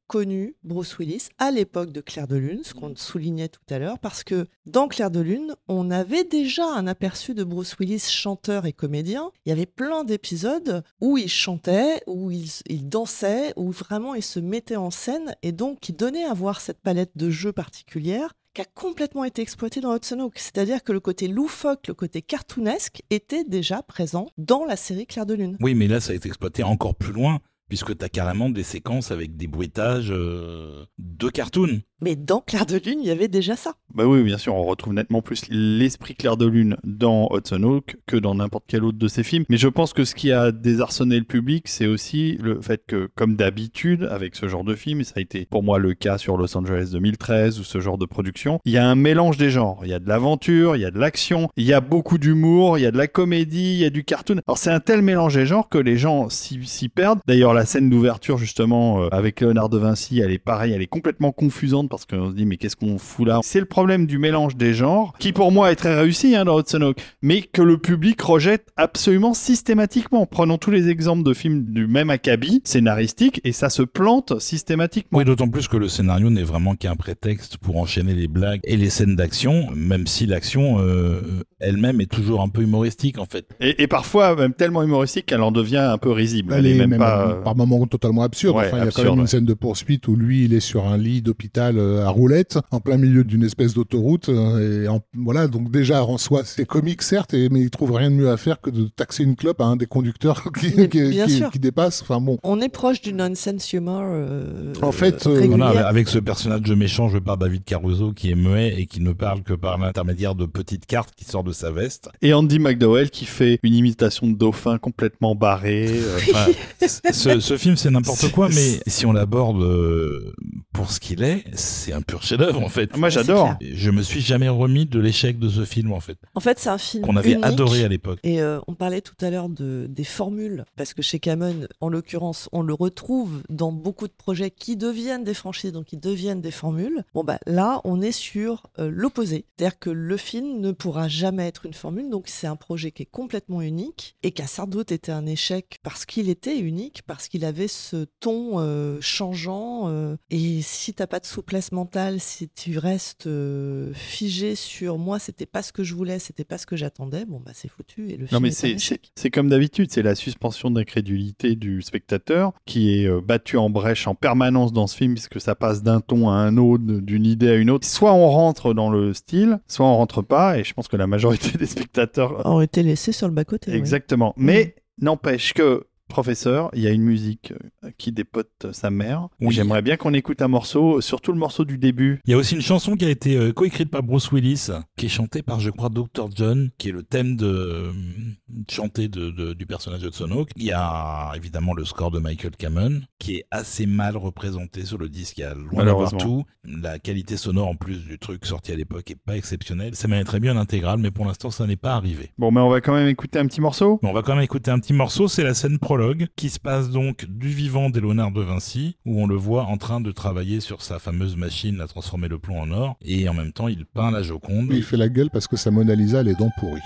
connu Bruce Willis à l'époque de Clair de Lune, ce qu'on soulignait tout à l'heure, parce que dans Clair de Lune, on avait déjà un aperçu de Bruce Willis chanteur et comédien. Il y avait plein d'épisodes où il chantait, où il, il dansait, où vraiment il se mettait en scène, et donc qui donnait à voir cette palette de jeux particulière qui a complètement été exploitée dans Hudson Hawk. C'est-à-dire que le côté loufoque, le côté cartoonesque était déjà présent dans la série Clair de Lune. Oui, mais là, ça a été exploité encore plus loin, puisque tu as carrément des séquences avec des bruitages euh, de cartoon. Mais dans Clair de Lune, il y avait déjà ça. Bah oui, bien sûr, on retrouve nettement plus l'esprit Clair de Lune dans Hudson Hawk que dans n'importe quel autre de ses films. Mais je pense que ce qui a désarçonné le public, c'est aussi le fait que, comme d'habitude, avec ce genre de film, et ça a été pour moi le cas sur Los Angeles deux mille treize ou ce genre de production, il y a un mélange des genres. Il y a de l'aventure, il y a de l'action, il y a beaucoup d'humour, il y a de la comédie, il y a du cartoon. Alors c'est un tel mélange des genres que les gens s'y, s'y perdent. D'ailleurs, la scène d'ouverture, justement, euh, avec Léonard de Vinci, elle est pareille, elle est complètement confusante parce qu'on se dit mais qu'est-ce qu'on fout là ? C'est le problème du mélange des genres qui pour moi est très réussi hein, dans Hudson Hawk, mais que le public rejette absolument systématiquement. Prenons tous les exemples de films du même acabit scénaristique et ça se plante systématiquement. Oui, d'autant plus que le scénario n'est vraiment qu'un prétexte pour enchaîner les blagues et les scènes d'action, même si l'action euh, elle-même est toujours un peu humoristique en fait. Et, et parfois même tellement humoristique qu'elle en devient un peu risible. Elle, Elle est, est même, pas par moments totalement absurde. Ouais, enfin, il y a absurde, quand même ouais. une scène de poursuite où lui, il est sur un lit d'hôpital euh, à roulettes, en plein milieu d'une espèce d'autoroute. Euh, et en, voilà, donc déjà en soi, c'est comique certes, et, mais il trouve rien de mieux à faire que de taxer une clope à un des conducteurs qui, qui, qui, qui dépasse. Enfin bon. On est proche du nonsense humor. Euh, en fait, euh, voilà, avec ce personnage méchant joué par David Caruso qui est muet et qui ne parle que par l'intermédiaire de petites cartes qui sortent de sa veste. Et Andy McDowell qui fait une imitation de dauphin complètement barrée. Euh, enfin, ce, ce film c'est n'importe quoi, mais si on l'aborde euh, pour ce qu'il est, c'est un pur chef-d'œuvre en fait. Moi j'adore. Je me suis jamais remis de l'échec de ce film en fait. En fait, c'est un film qu'on avait unique. adoré à l'époque. Et euh, on parlait tout à l'heure de des formules, parce que chez Cameron, en l'occurrence, on le retrouve dans beaucoup de projets qui deviennent des franchises, donc qui deviennent des formules. Bon bah là, on est sur euh, l'opposé, c'est-à-dire que le film ne pourra jamais être une formule, donc c'est un projet qui est complètement unique et qui a sans doute été un échec parce qu'il était unique, parce qu'il avait ce ton euh, changeant. Euh, et si t'as pas de souplesse mentale, si tu restes euh, figé sur moi, c'était pas ce que je voulais, c'était pas ce que j'attendais, bon bah c'est foutu et le non, film mais est c'est, un échec. c'est, c'est comme d'habitude, c'est la suspension d'incrédulité du spectateur qui est euh, battu en brèche en permanence dans ce film puisque ça passe d'un ton à un autre, d'une idée à une autre. Soit on rentre dans le style, soit on rentre pas, et je pense que la majorité des spectateurs ont été laissés sur le bas-côté. Exactement. Oui. Mais mmh. n'empêche que professeur, il y a une musique qui dépote sa mère. Oui. J'aimerais bien qu'on écoute un morceau, surtout le morceau du début. Il y a aussi une chanson qui a été euh, coécrite par Bruce Willis, qui est chantée par, je crois, docteur John, qui est le thème de, euh, chanté de, de, du personnage de Hudson Hawk. Il y a évidemment le score de Michael Kamen, qui est assez mal représenté sur le disque. Il y a loin d'avoir tout. La qualité sonore, en plus du truc sorti à l'époque, est pas exceptionnelle. Ça mériterait bien l'intégrale, mais pour l'instant, ça n'est pas arrivé. Bon, mais on va quand même écouter un petit morceau. Mais on va quand même écouter un petit morceau. C'est la scène prologue qui se passe donc du vivant de Léonard de Vinci, où on le voit en train de travailler sur sa fameuse machine à transformer le plomb en or, et en même temps il peint la Joconde. Il fait la gueule parce que sa Mona Lisa a les dents pourries.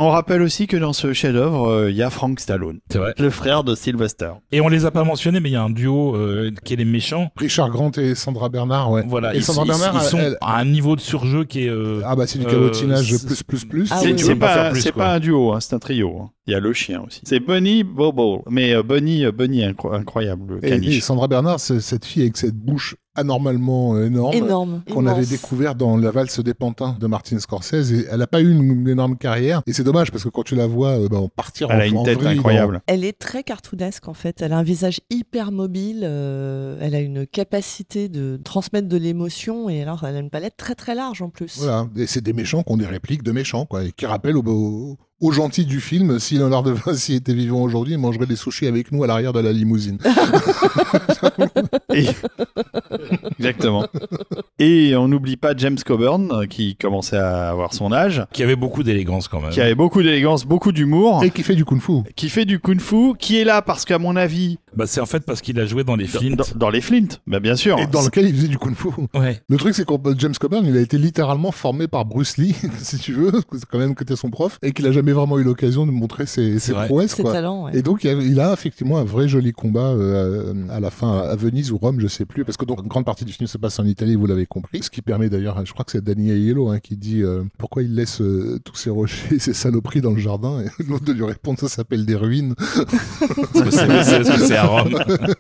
On rappelle aussi que dans ce chef-d'œuvre, il euh, y a Frank Stallone, c'est vrai. Le frère de Sylvester. Et on les a pas mentionnés, mais il y a un duo euh, qui est les méchants. Richard Grant et Sandra Bernard, ouais. Voilà, et ils, Sandra ils, Bernard, ils sont elle... à un niveau de surjeu qui est... Euh, ah bah c'est du cabotinage euh, plus plus plus. Ah c'est oui, c'est oui. pas, plus, c'est quoi. pas un duo, hein, c'est un trio. Hein. Il y a le chien aussi. C'est Bunny Bobo. Mais euh, Bunny, euh, Bunny incro- incroyable, le Et, caniche. et Sandra Bernard, c'est cette fille avec cette bouche anormalement énorme. Énorme. Qu'on immense. avait découvert dans La valse des pantins de Martin Scorsese, et elle a pas eu une, une énorme carrière, et c'est dommage parce que quand tu la vois euh, bah, partir Elle en, a une en tête vrille incroyable. Elle est très cartoonesque en fait. Elle a un visage hyper mobile. euh, elle a une capacité de transmettre de l'émotion et alors elle a une palette très très large en plus. dans- voilà, et c'est des méchants qui ont des répliques de méchants, quoi, et qui rappellent aux, aux, aux gentils du film, si Léonard de Vinci était vivant aujourd'hui, il mangerait des sushis avec nous à l'arrière de la limousine. Et... Exactement. Et on n'oublie pas James Coburn, euh, qui commençait à avoir son âge, qui avait beaucoup d'élégance quand même. qui avait beaucoup d'élégance, beaucoup d'humour, Et qui fait du kung-fu. qui fait du kung-fu, qui est là parce qu'à mon avis, Bah, c'est en fait parce qu'il a joué dans les dans, Flint. dans- dans les Flint, bah bien sûr. Et dans lequel il faisait du kung-fu. Ouais. Le truc, c'est que James Coburn, il a été littéralement formé par Bruce Lee, si tu veux, c'est quand même que t'es son prof, et qu'il a jamais vraiment eu l'occasion de montrer ses, ses vrai. prouesses, Ses quoi. talents. Ouais. Et donc, il a, il a effectivement un vrai joli combat euh, à la fin à Venise ou Rome, je sais plus, parce que donc une grande partie du film se passe en Italie, vous l'avez compris. Ce qui permet d'ailleurs, je crois que c'est Danny Aiello hein, qui dit euh, pourquoi il laisse euh, tous ces rochers, ces saloperies dans le jardin, et l'autre de lui répondre ça s'appelle des ruines. Parce que c'est, c'est, parce que c'est à Rome.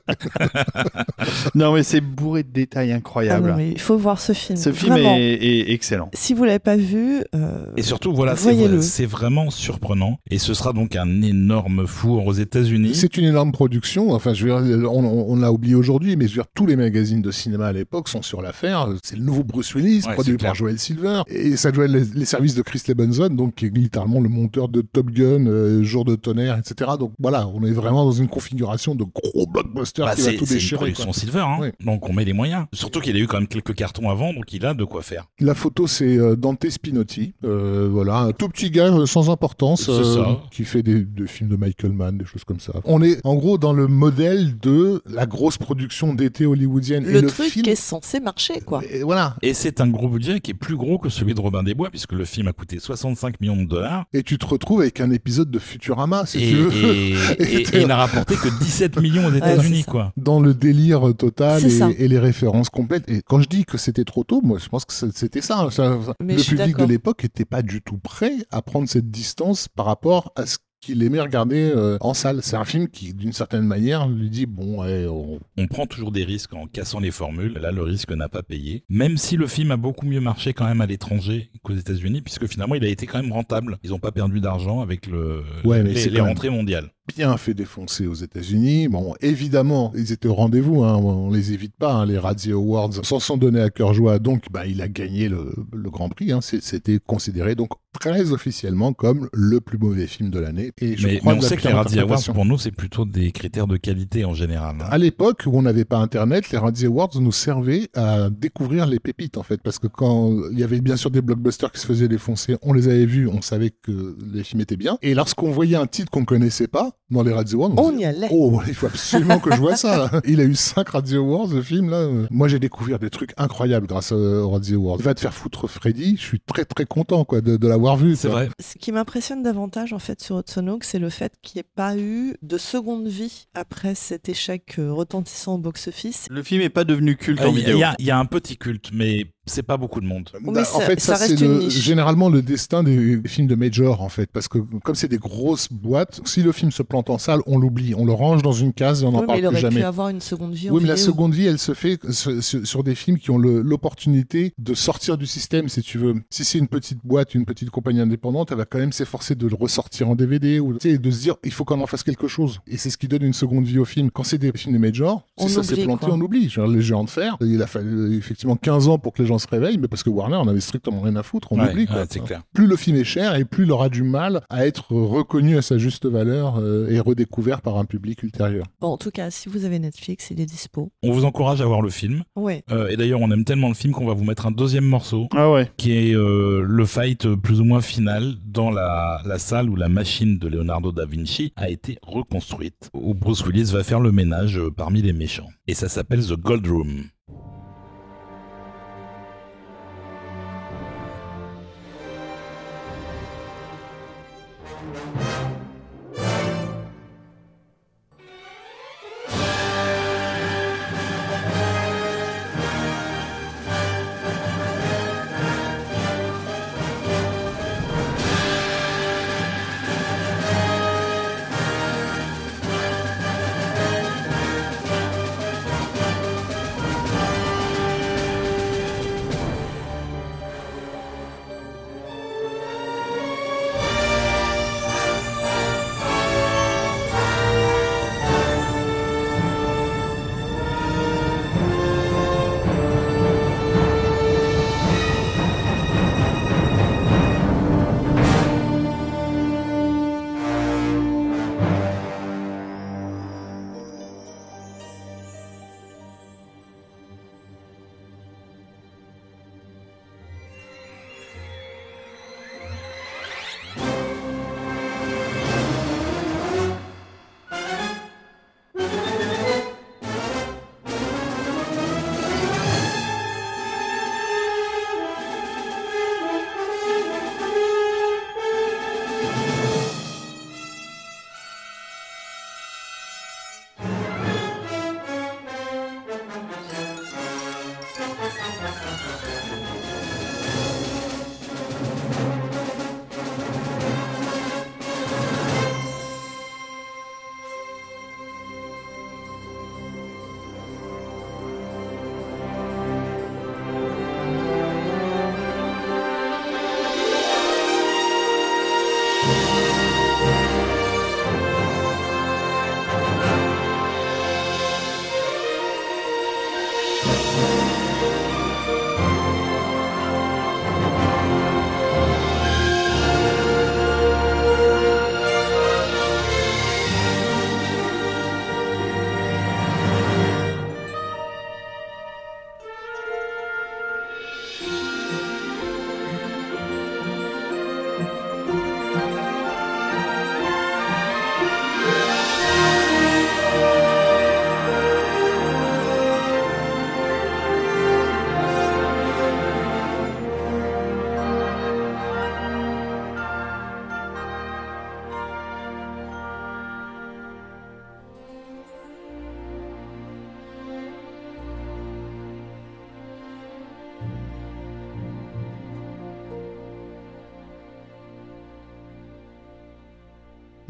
Non mais c'est bourré de détails Ah incroyables. non, mais il faut voir ce film. Ce film Vraiment. est, est excellent. Si vous l'avez pas vu, euh, Et surtout, voilà, c'est, voyez-le. c'est vraiment surprenant. Et ce sera donc un énorme four aux États-Unis. C'est une énorme production. Enfin, je veux dire, on, on, on l'a oublié aujourd'hui, mais je veux dire, tous les magazines de cinéma à l'époque sont sur l'affaire. C'est le nouveau Bruce Willis, Ouais, produit c'est par clair. Joel Silver, et ça doit être les, les services de Chris Lebenson, donc qui est littéralement le monteur de Top Gun, euh, Jour de tonnerre, et cetera. Donc voilà, on est vraiment dans une configuration de gros blockbuster Bah, qui va c'est, tout c'est une déchirer. production quoi. Silver, hein. Oui. Donc on met les moyens. Surtout qu'il a eu quand même quelques cartons avant, donc il a de quoi faire. La photo, c'est euh, Dante Spinotti, euh, voilà, un tout petit gars euh, sans importance, C'est ça. qui fait des, des films de Michael Mann, des choses comme ça. On est en gros dans le modèle de la grosse production d'été hollywoodienne. le, et le truc film, est censé marcher, quoi. et voilà. Et c'est un gros budget qui est plus gros que celui de Robin des Bois, puisque le film a coûté soixante-cinq millions de dollars. Et tu te retrouves avec un épisode de Futurama, si Et, tu veux. et, et- et il n'a rapporté que dix-sept millions aux États-Unis, c'est ça. quoi. Dans le délire total C'est ça. et, et les références complètes. Et quand je dis que c'était trop tôt, moi je pense que c'était ça. Ça- Mais le je suis public de d'accord. l'époque n'était pas du tout prêt à prendre cette distance par rapport à ce qu'il aimait regarder euh, en salle. C'est un film qui, d'une certaine manière, lui dit bon, ouais, on- On prend toujours des risques en cassant les formules. Là, le risque n'a pas payé. Même si le film a beaucoup mieux marché quand même à l'étranger qu'aux États-Unis, puisque finalement, il a été quand même rentable. Ils n'ont pas perdu d'argent avec le, Ouais, mais les, c'est les quand même- rentrées mondiales. bien fait défoncer aux États-Unis. Bon, évidemment, ils étaient au rendez-vous, hein, on les évite pas. Hein, les Razzie Awards s'en sont donnés à cœur joie, donc bah, il a gagné le, le Grand Prix. Hein, c'est- c'était considéré donc très officiellement comme le plus mauvais film de l'année. Et je Mais, crois mais on de la sait que les pire Razzie Awards, interprétation. pour nous, c'est plutôt des critères de qualité en général. hein. À l'époque où on n'avait pas Internet, les Razzie Awards nous servaient à découvrir les pépites en fait, parce que quand il y avait bien sûr des blockbusters qui se faisaient défoncer, on les avait vus, on savait que les films étaient bien. Et lorsqu'on voyait un titre qu'on connaissait pas dans les Razzie Awards, On se y allait. Oh, il faut absolument que je vois ça. là. Il a eu cinq Razzie Awards, ce film là. Moi, j'ai découvert des trucs incroyables grâce aux Razzie Awards. Va te faire foutre Freddy. Je suis très très content quoi de, de l'avoir vu. C'est quoi. vrai. Ce qui m'impressionne davantage en fait sur Hudson Hawk, c'est le fait qu'il n'y ait pas eu de seconde vie après cet échec euh, retentissant au box-office. Le film est pas devenu culte Euh, en Il y, vidéo. y a- il y a un petit culte, mais c'est pas beaucoup de monde. Mais Bah, ça- en fait, ça, ça c'est reste le- une niche. généralement le destin des films de major, en fait, parce que comme c'est des grosses boîtes, si le film se plante en salle, on l'oublie, on le range dans une case et on n'en Oui, mais parle il plus aurait jamais. pu avoir une seconde vie en Oui, mais la vidéo. seconde vie, elle se fait sur, sur- sur des films qui ont le- l'opportunité de sortir du système, si tu veux. Si c'est une petite boîte, une petite compagnie indépendante, elle va quand même s'efforcer de le ressortir en D V D ou tu sais, de se dire, il faut qu'on en fasse quelque chose. Et c'est ce qui donne une seconde vie au film. Quand c'est des films de major, si On ça s'est oublie, planté, quoi. on oublie. Genre, les géants de fer, il a fallu euh, effectivement quinze ans pour que les gens se réveillent, mais parce que Warner, on avait strictement rien à foutre, on Ouais, oublie. Quoi. ouais, c'est clair. Plus le film est cher et plus il aura du mal à être reconnu à sa juste valeur euh, et redécouvert par un public ultérieur. Bon, en tout cas, si vous avez Netflix, il est dispo. On vous encourage à voir le film. Ouais. Euh, et d'ailleurs, on aime tellement le film qu'on va vous mettre un deuxième morceau, Ah ouais. qui est euh, le fight euh, plus ou moins final dans la, la salle où la machine de Leonardo da Vinci a été reconstruite, où Bruce Willis va faire le ménage euh, parmi les méchants. Et ça s'appelle The Gold Room.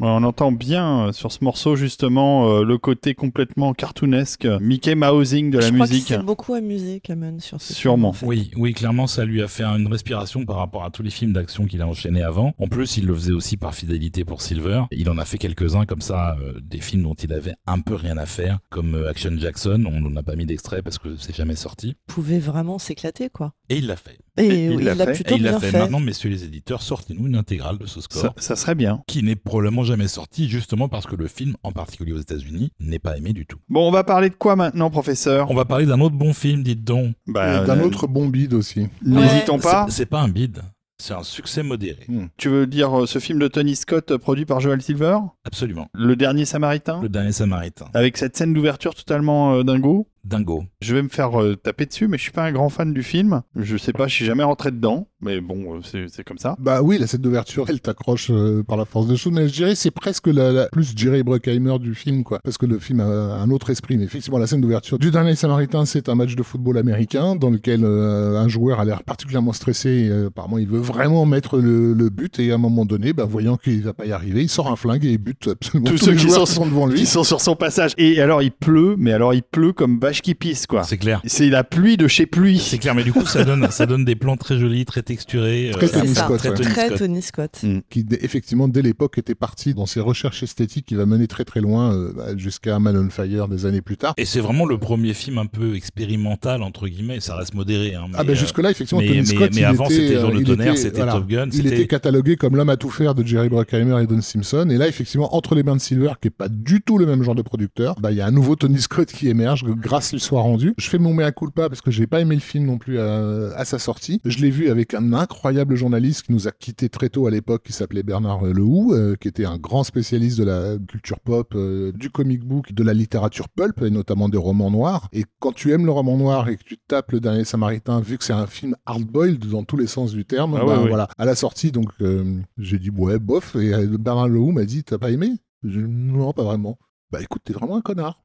Ouais, on entend bien euh, sur ce morceau justement euh, le côté complètement cartoonesque, Mickey Mousing de la Je crois musique. qu'il s'est beaucoup amusé, Cameron, sur ce Sûrement. film, en fait. Oui, oui, clairement, ça lui a fait une respiration par rapport à tous les films d'action qu'il a enchaînés avant. En plus, il le faisait aussi par fidélité pour Silver. Il en a fait quelques-uns comme ça, euh, des films dont il avait un peu rien à faire, comme euh, Action Jackson. On n'en a pas mis d'extrait parce que c'est jamais sorti. Il pouvait vraiment s'éclater, quoi. Et il l'a fait. Et Et il oui, l'a il l'a fait. plutôt Et il l'a bien fait. fait. Maintenant, messieurs les éditeurs, sortez-nous une intégrale de ce score. Ça, ça serait bien. Qui n'est probablement jamais sorti, justement parce que le film, en particulier aux États-Unis, n'est pas aimé du tout. Bon, on va parler de quoi maintenant, professeur? On va parler d'un autre bon film, dites donc. Bah, Et d'un euh, autre bon bide aussi. N'hésitons Ouais. pas. C'est c'est pas un bide, c'est un succès modéré. Hmm. Tu veux dire euh, ce film de Tony Scott euh, produit par Joel Silver? Absolument. Le Dernier Samaritain? Le Dernier Samaritain. Avec cette scène d'ouverture totalement euh, dingo? Dingo. Je vais me faire euh, taper dessus, mais je suis pas un grand fan du film. Je sais pas, je suis jamais rentré dedans, mais bon, euh, c'est c'est comme ça. Bah oui, la scène d'ouverture, elle t'accroche euh, par la force des choses, mais je dirais c'est presque la, la- plus Jerry Bruckheimer du film, quoi, parce que le film a un autre esprit. Mais effectivement, la scène d'ouverture du Dernier Samaritain, c'est un match de football américain dans lequel euh, un joueur a l'air particulièrement stressé. Et, euh, apparemment, il veut vraiment mettre le, le but et à un moment donné, bah, voyant qu'il va pas y arriver, il sort un flingue et il bute absolument Tous tous, ceux les qui joueurs sont- qui sont devant lui. Ils sont sur son passage. Et alors, il pleut, mais alors, il pleut comme vache qui pisse, quoi. C'est clair. C'est la pluie de chez pluie. C'est clair, mais du coup, ça donne, ça donne des plans très jolis, très texturés. Très euh, C'est Tony ça, Scott, très ouais. Tony très Scott. Tony Scott. Mm. Qui d- effectivement dès l'époque était parti dans ses recherches esthétiques qui va mener très très loin euh, bah, jusqu'à Man on Fire des années plus tard. Et c'est vraiment le premier film un peu expérimental, entre guillemets. Ça reste modéré. Hein, mais, Ah ben euh, jusque là effectivement mais- Tony mais- Scott mais il avant, était, c'était Jour de il tonnerre, était- c'était voilà, Top Gun, il c'était- était catalogué comme l'homme à tout faire de Jerry Bruckheimer et Don Simpson, et là effectivement entre les mains de Silver qui est pas du tout le même genre de producteur, bah il y a un nouveau Tony Scott qui émerge grâce il soit rendu. Je fais mon mea culpa parce que j'ai pas aimé le film non plus à, à sa sortie. Je l'ai vu avec un incroyable journaliste qui nous a quitté très tôt à l'époque qui s'appelait Bernard Lehoux, euh, qui était un grand spécialiste de la culture pop, euh, du comic book, de la littérature pulp et notamment des romans noirs. Et quand tu aimes le roman noir et que tu tapes Le Dernier Samaritain, vu que c'est un film hard-boiled dans tous les sens du terme, Ah bah, ouais, ouais. voilà. À la sortie, donc euh, j'ai dit ouais, bof. Et euh, Bernard Lehoux m'a dit t'as pas aimé? J'ai dit, non, pas vraiment. Bah écoute, t'es vraiment un connard.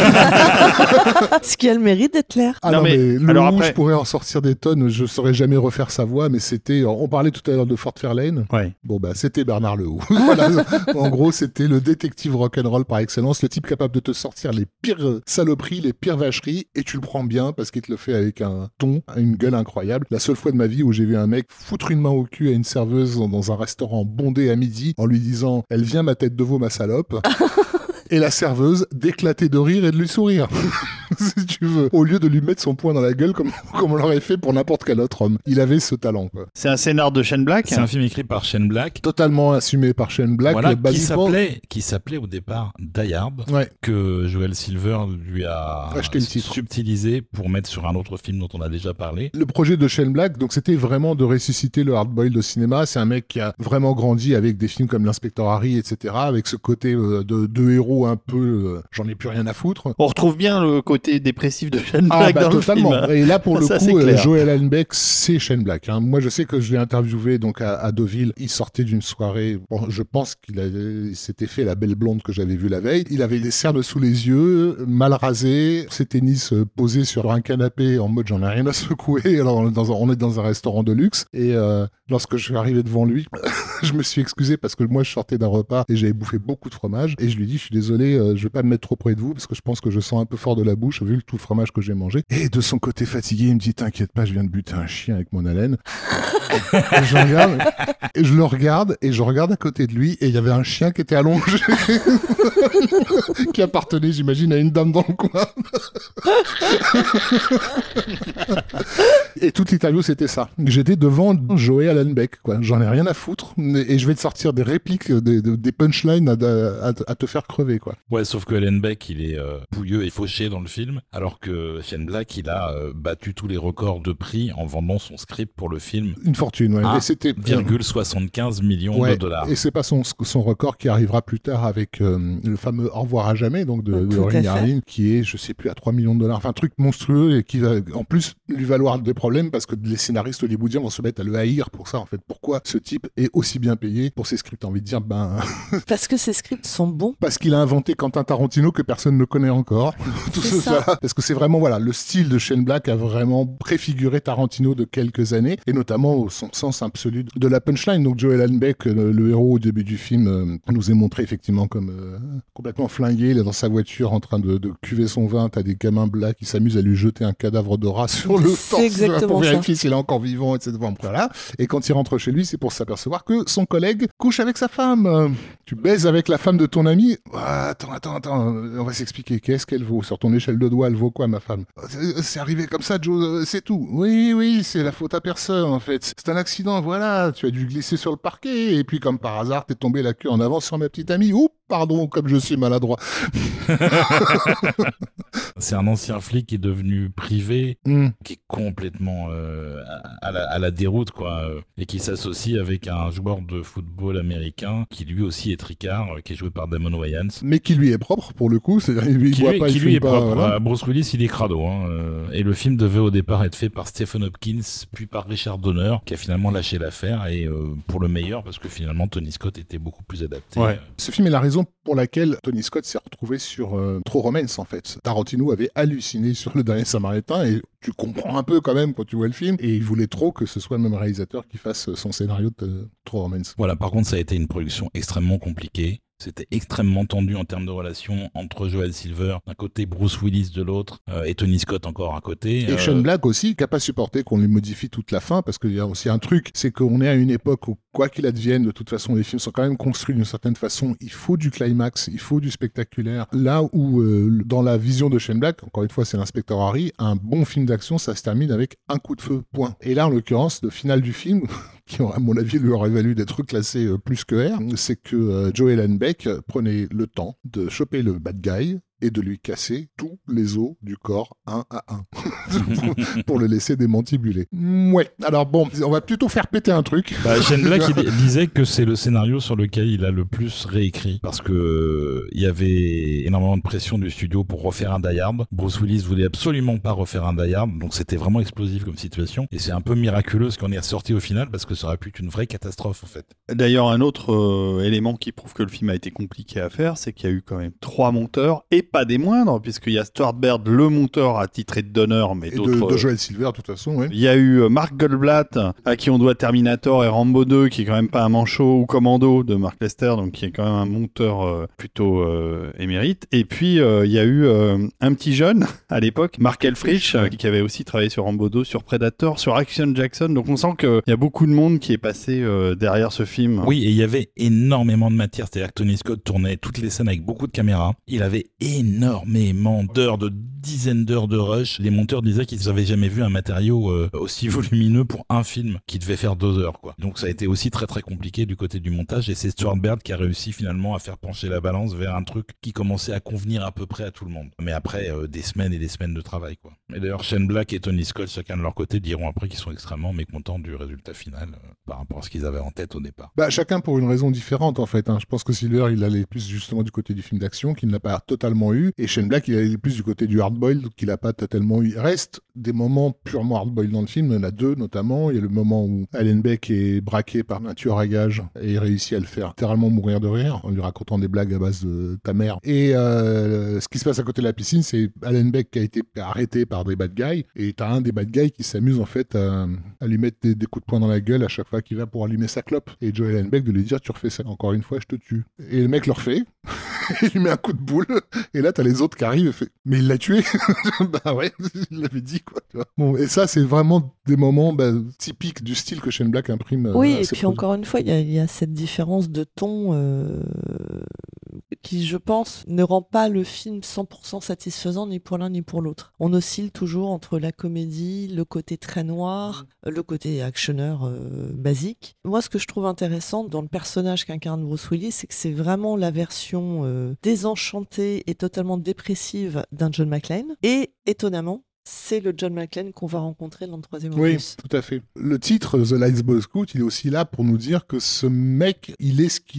Ce qui a le mérite d'être clair. Ah Non, non, mais- mais, Lehoux, alors après- je pourrais en sortir des tonnes, je saurais jamais refaire sa voix, mais c'était, on parlait tout à l'heure de Fort Fairlane. Ouais. Bon bah c'était Bernard Lehoux. Voilà. En gros, c'était le détective rock'n'roll par excellence, le type capable de te sortir les pires saloperies, les pires vacheries, et tu le prends bien parce qu'il te le fait avec un ton, une gueule incroyable. La seule fois de ma vie où j'ai vu un mec foutre une main au cul à une serveuse dans- dans un restaurant bondé à midi en lui disant « Elle vient ma tête de veau, ma salope ». Et la serveuse d'éclater de rire et de lui sourire, si tu veux, au lieu de lui mettre son poing dans la gueule comme, comme on l'aurait fait pour n'importe quel autre homme. Il avait ce talent, quoi. C'est un scénar de Shane Black. C'est un film écrit par Shane Black. Totalement assumé par Shane Black. Voilà, qui basiquement- s'appelait, qui s'appelait au départ Die Hard, Ouais. que Joel Silver lui a Acheté le titre. subtilisé pour mettre sur un autre film dont on a déjà parlé. Le projet de Shane Black, donc c'était vraiment de ressusciter le hard-boiled au cinéma. C'est un mec qui a vraiment grandi avec des films comme l'Inspecteur Harry, et cetera, avec ce côté euh, de, de héros un peu, euh, j'en ai plus rien à foutre. On retrouve bien le côté dépressif de Shane Ah Black bah dans totalement. le film. Et là pour le Ça, c'est coup, euh, clair. Joel Allen Beck, c'est Shane Black. Hein. Moi je sais que je l'ai interviewé donc à, à Deauville. Il sortait d'une soirée. Bon, je pense qu'il avait- il s'était fait la belle blonde que j'avais vue la veille. Il avait des cernes sous les yeux, mal rasé, ses tennis euh, posés sur un canapé en mode j'en ai rien à secouer. Alors on est dans un, on est dans un restaurant de luxe et euh, lorsque je suis arrivé devant lui, je me suis excusé parce que moi je sortais d'un repas et j'avais bouffé beaucoup de fromage et je lui dis je suis désolé, euh, je vais pas me mettre trop près de vous parce que je pense que je sens un peu fort de la bouche vu le tout le fromage que j'ai mangé. Et de son côté fatigué, il me dit t'inquiète pas, je viens de buter un chien avec mon haleine. Et je regarde, et je le regarde et je regarde à côté de lui et il y avait un chien qui était allongé qui appartenait, j'imagine, à une dame dans le coin. Et toute l'interview, c'était ça. J'étais devant Joey Allen Beck, quoi. J'en ai rien à foutre. Et je vais te sortir des répliques, des, des punchlines à, à, à te faire crever, quoi. Ouais, sauf que Ellen Beck, il est euh, pouilleux et fauché dans le film, alors que Shane Black, il a euh, battu tous les records de prix en vendant son script pour le film. Une fortune, ouais. Ah, et c'était virgule soixante-quinze millions ouais, de dollars. Et c'est pas son, son record qui arrivera plus tard avec euh, le fameux Au revoir à jamais, donc de, de Tout à Ring fait. Harlin, qui est, je sais plus, à trois millions de dollars. Enfin, un truc monstrueux et qui va, en plus, lui valoir des problèmes parce que les scénaristes hollywoodiens vont se mettre à le haïr pour ça, en fait. Pourquoi ce type est aussi bien payé pour ses scripts? T'as envie de dire, ben, Parce que ces scripts sont bons. parce qu'il a inventé Quentin Tarantino que personne ne connaît encore. Tout C'est ce ça. Voilà, parce que c'est vraiment, voilà, le style de Shane Black a vraiment préfiguré Tarantino de quelques années, et notamment au son sens absolu de la punchline. Donc Joel Hanbeck, le, le héros au début du film, euh, nous est montré effectivement comme euh, complètement flingué, il est dans sa voiture en train de, de cuver son vin, t'as des gamins blacks qui s'amusent à lui jeter un cadavre de rat sur le torse pour vérifier s'il est encore vivant, et cetera. Voilà. Et quand il rentre chez lui, c'est pour s'apercevoir que son collègue couche avec sa femme. Tu baises avec la femme de ton ami. Ah, attends, attends, attends, on va s'expliquer. Qu'est-ce qu'elle vaut? Sur ton échelle de doigts, elle vaut quoi, ma femme? C'est, c'est arrivé comme ça, Joe, c'est tout. Oui, oui, c'est la faute à personne, en fait. C'est un accident, voilà. Tu as dû glisser sur le parquet, et puis comme par hasard, t'es tombé la queue en avant sur ma petite amie. Oups, pardon, comme je suis maladroit. C'est un ancien flic qui est devenu privé, Mm. qui est complètement euh, à, la, à la déroute, quoi, euh, et qui s'associe avec un joueur de football américain qui lui aussi est tricard, euh, qui est joué par Damon Wayans. Mais qui lui est propre, pour le coup. C'est-à-dire, il Qui boit lui, pas, qui il lui fume est pas, propre. voilà. Euh, Bruce Willis, il est crado. Hein, euh, et le film devait au départ être fait par Stephen Hopkins, puis par Richard Donner, qui a finalement lâché l'affaire, et euh, pour le meilleur, parce que finalement Tony Scott était beaucoup plus adapté. Ouais. Ce film est la raison pour laquelle Tony Scott s'est retrouvé sur euh, True Romance, en fait. Tarantino avait halluciné sur Le Dernier Samaritain, et tu comprends un peu quand même quand tu vois le film, et il voulait trop que ce soit le même réalisateur qui fasse son scénario de euh, True Romance. Voilà, par contre, ça a été une production extrêmement compliquée. C'était extrêmement tendu en termes de relations entre Joel Silver d'un côté, Bruce Willis de l'autre, euh, et Tony Scott encore à côté. Et Euh, Shane Black aussi, qui n'a pas supporté qu'on lui modifie toute la fin, parce qu'il y a aussi un truc, c'est qu'on est à une époque où, quoi qu'il advienne, de toute façon, les films sont quand même construits d'une certaine façon. Il faut du climax, il faut du spectaculaire. Là où, euh, dans la vision de Shane Black, encore une fois, c'est l'inspecteur Harry, un bon film d'action, ça se termine avec un coup de feu, point. Et là, en l'occurrence, le final du film, qui, à mon avis, lui aurait valu d'être classé euh, plus que R, c'est que euh, Joel Hanbeck prenait le temps de choper le bad guy et de lui casser tous les os du corps un à un pour, pour le laisser démantibuler. Ouais. Alors bon, on va plutôt faire péter un truc. Bah, Shane Black il disait que c'est le scénario sur lequel il a le plus réécrit parce que euh, il y avait énormément de pression du studio pour refaire un Die Hard. Bruce Willis voulait absolument pas refaire un Die Hard, donc c'était vraiment explosif comme situation et c'est un peu miraculeux ce qu'on est ressorti au final parce que ça aurait pu être une vraie catastrophe en fait. D'ailleurs, un autre euh, élément qui prouve que le film a été compliqué à faire, c'est qu'il y a eu quand même trois monteurs et pas des moindres, puisqu'il y a Stuart Baird, le monteur attitré d'honneur, mais Et d'autres. de, de Joel Silver, de toute façon, oui. Il y a eu euh, Mark Goldblatt, à qui on doit Terminator et Rambo deux, qui est quand même pas un manchot, ou Commando de Mark Lester, donc qui est quand même un monteur euh, plutôt euh, émérite. Et puis euh, il y a eu euh, un petit jeune à l'époque, Mark Elfrich, euh, qui avait aussi travaillé sur Rambo deux, sur Predator, sur Action Jackson. Donc on sent qu'il y a beaucoup de monde qui est passé euh, derrière ce film. Oui, et il y avait énormément de matière, c'est-à-dire que Tony Scott tournait toutes les scènes avec beaucoup de caméras. Il avait énormément d'heures, de dizaines d'heures de rush. Les monteurs disaient qu'ils n'avaient jamais vu un matériau euh, aussi volumineux pour un film qui devait faire deux heures, quoi. Donc ça a été aussi très très compliqué du côté du montage et c'est Stuart Baird qui a réussi finalement à faire pencher la balance vers un truc qui commençait à convenir à peu près à tout le monde. Mais après, euh, des semaines et des semaines de travail, quoi. Et d'ailleurs, Shane Black et Tony Scott, chacun de leur côté, diront après qu'ils sont extrêmement mécontents du résultat final euh, par rapport à ce qu'ils avaient en tête au départ. Bah, chacun pour une raison différente, en fait. Hein. Je pense que Silver, il allait plus justement du côté du film d'action, qu'il n'a pas totalement eu. Et Shane Black, il allait plus du côté du hard-boiled, qu'il n'a pas totalement eu. Il reste des moments purement hard-boiled dans le film. Il y en a deux, notamment. Il y a le moment où Alan Beck est braqué par un tueur à gages et il réussit à le faire littéralement mourir de rire en lui racontant des blagues à base de ta mère. Et euh, ce qui se passe à côté de la piscine, c'est Alan Beck qui a été arrêté par des bad guys. Et t'as un des bad guys qui s'amuse en fait à, à lui mettre des, des coups de poing dans la gueule à chaque fois qu'il va pour allumer sa clope. Et Joel Alan Beck de lui dire, tu refais ça encore une fois, je te tue. Et le mec le refait. Il lui met un coup de boule. Et là, t'as les autres qui arrivent et fait, mais il l'a tué. Bah ouais, il l'avait dit, quoi. Tu vois. Bon, et ça, c'est vraiment des moments bah, typiques du style que Shane Black imprime. Oui, euh, à et ses puis produits. encore une fois, il y, y a cette différence de ton euh, qui, je pense, ne rend pas le film cent pour cent satisfaisant ni pour l'un ni pour l'autre. On oscille toujours entre la comédie, le côté très noir, le côté actionneur euh, basique. Moi, ce que je trouve intéressant dans le personnage qu'incarne Bruce Willis, c'est que c'est vraiment la version euh, désenchantée et totalement dépressive d'un John McClane. Et étonnamment, c'est le John McClane qu'on va rencontrer dans le troisième Oui, opus. tout à fait. Le titre, The Lighthouse Scout, il est aussi là pour nous dire que ce mec, il est ce qu'il est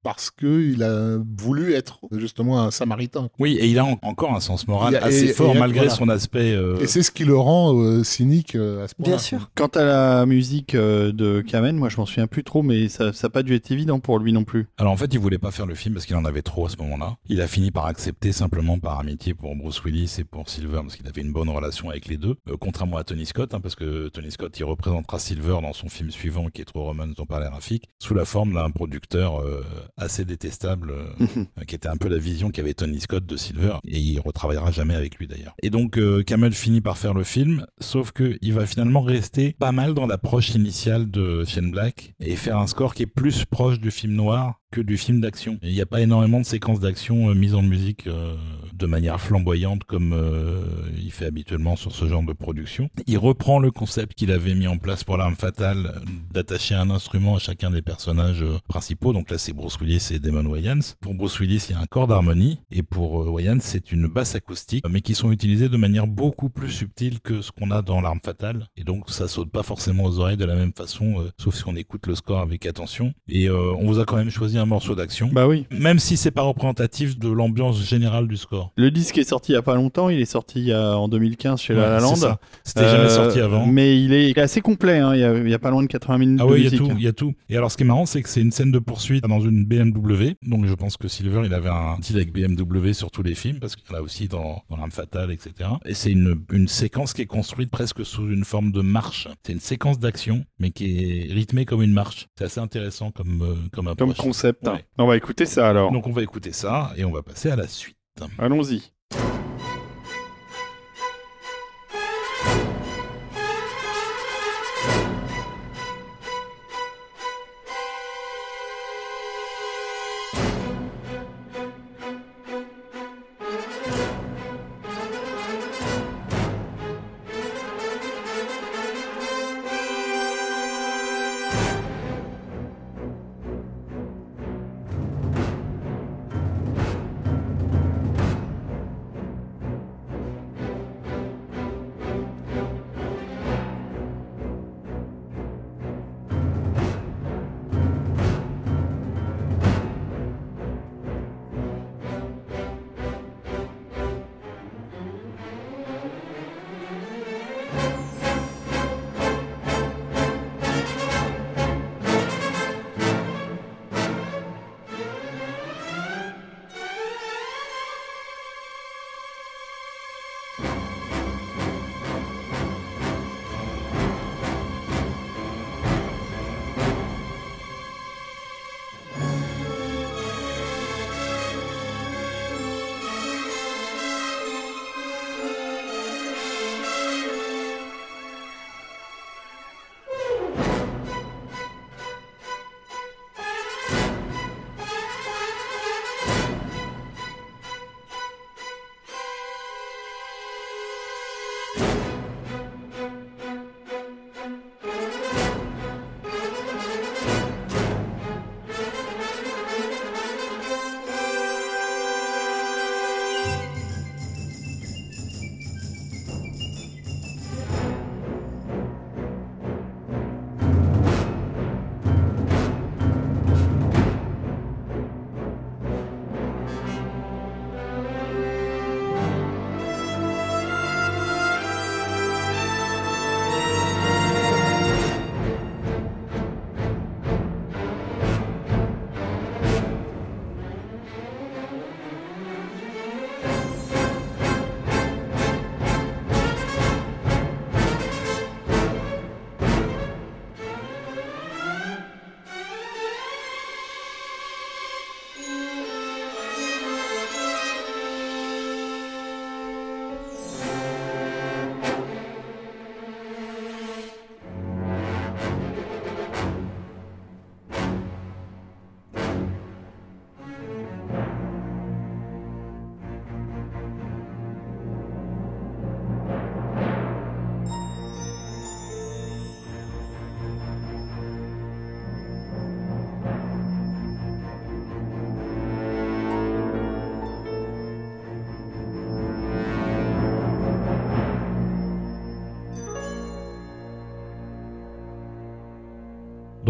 parce qu'il a voulu être justement un samaritain. Oui, et il a en- encore un sens moral Il a- assez et- fort et- malgré voilà. son aspect. euh, Et c'est ce qui le rend euh, cynique euh, à ce point-là. Bien sûr. Quant à la musique euh, de Kamen, moi je m'en souviens plus trop, mais ça n'a pas dû être évident pour lui non plus. Alors en fait, il voulait pas faire le film parce qu'il en avait trop à ce moment-là. Il a fini par accepter simplement par amitié pour Bruce Willis et pour Silver parce qu'il avait une bonne relation avec les deux. Euh, contrairement à Tony Scott, hein, parce que Tony Scott, il représentera Silver dans son film suivant qui est True Romance dont parlait Rafik, sous la forme d'un producteur euh, assez détestable, euh, euh, qui était un peu la vision qu'avait Tony Scott de Silver, et il retravaillera jamais avec lui d'ailleurs. Et donc euh, Cameron finit par faire le film, sauf que il va finalement rester pas mal dans l'approche initiale de Shane Black et faire un score qui est plus proche du film noir que du film d'action. Il n'y a pas énormément de séquences d'action euh, mises en musique euh, de manière flamboyante comme euh, il fait habituellement sur ce genre de production. Il reprend le concept qu'il avait mis en place pour L'Arme Fatale, euh, d'attacher un instrument à chacun des personnages euh, principaux. Donc là, c'est Bruce Willis et Damon Wayans. Pour Bruce Willis, il y a un corps d'harmonie, et pour euh, Wayans, c'est une basse acoustique, mais qui sont utilisées de manière beaucoup plus subtile que ce qu'on a dans L'Arme Fatale. Et donc, ça saute pas forcément aux oreilles de la même façon, euh, sauf si on écoute le score avec attention. Et euh, on vous a quand même choisi un morceau d'action, Bah oui. même si c'est pas représentatif de l'ambiance générale du score. Le disque est sorti il y a pas longtemps, il est sorti il y a- en deux mille quinze chez Ouais, La La c'est Land. ça. C'était jamais Euh, sorti avant. Mais il est, il est assez complet, hein. il, y a, il y a pas loin de quatre-vingts minutes Ah de oui, il y a musique. tout, il y a tout. Et alors, ce qui est marrant, c'est que c'est une scène de poursuite dans une B M W. Donc, je pense que Silver, il avait un deal avec B M W sur tous les films, parce qu'il y en a aussi dans, dans L'Arme Fatale, et cetera. Et c'est une, une séquence qui est construite presque sous une forme de marche. C'est une séquence d'action, mais qui est rythmée comme une marche. C'est assez intéressant comme, euh, comme approche. Comme concept. hein. Ouais. On va écouter ça alors. Donc, on va écouter ça, et on va passer à la suite. Allons-y.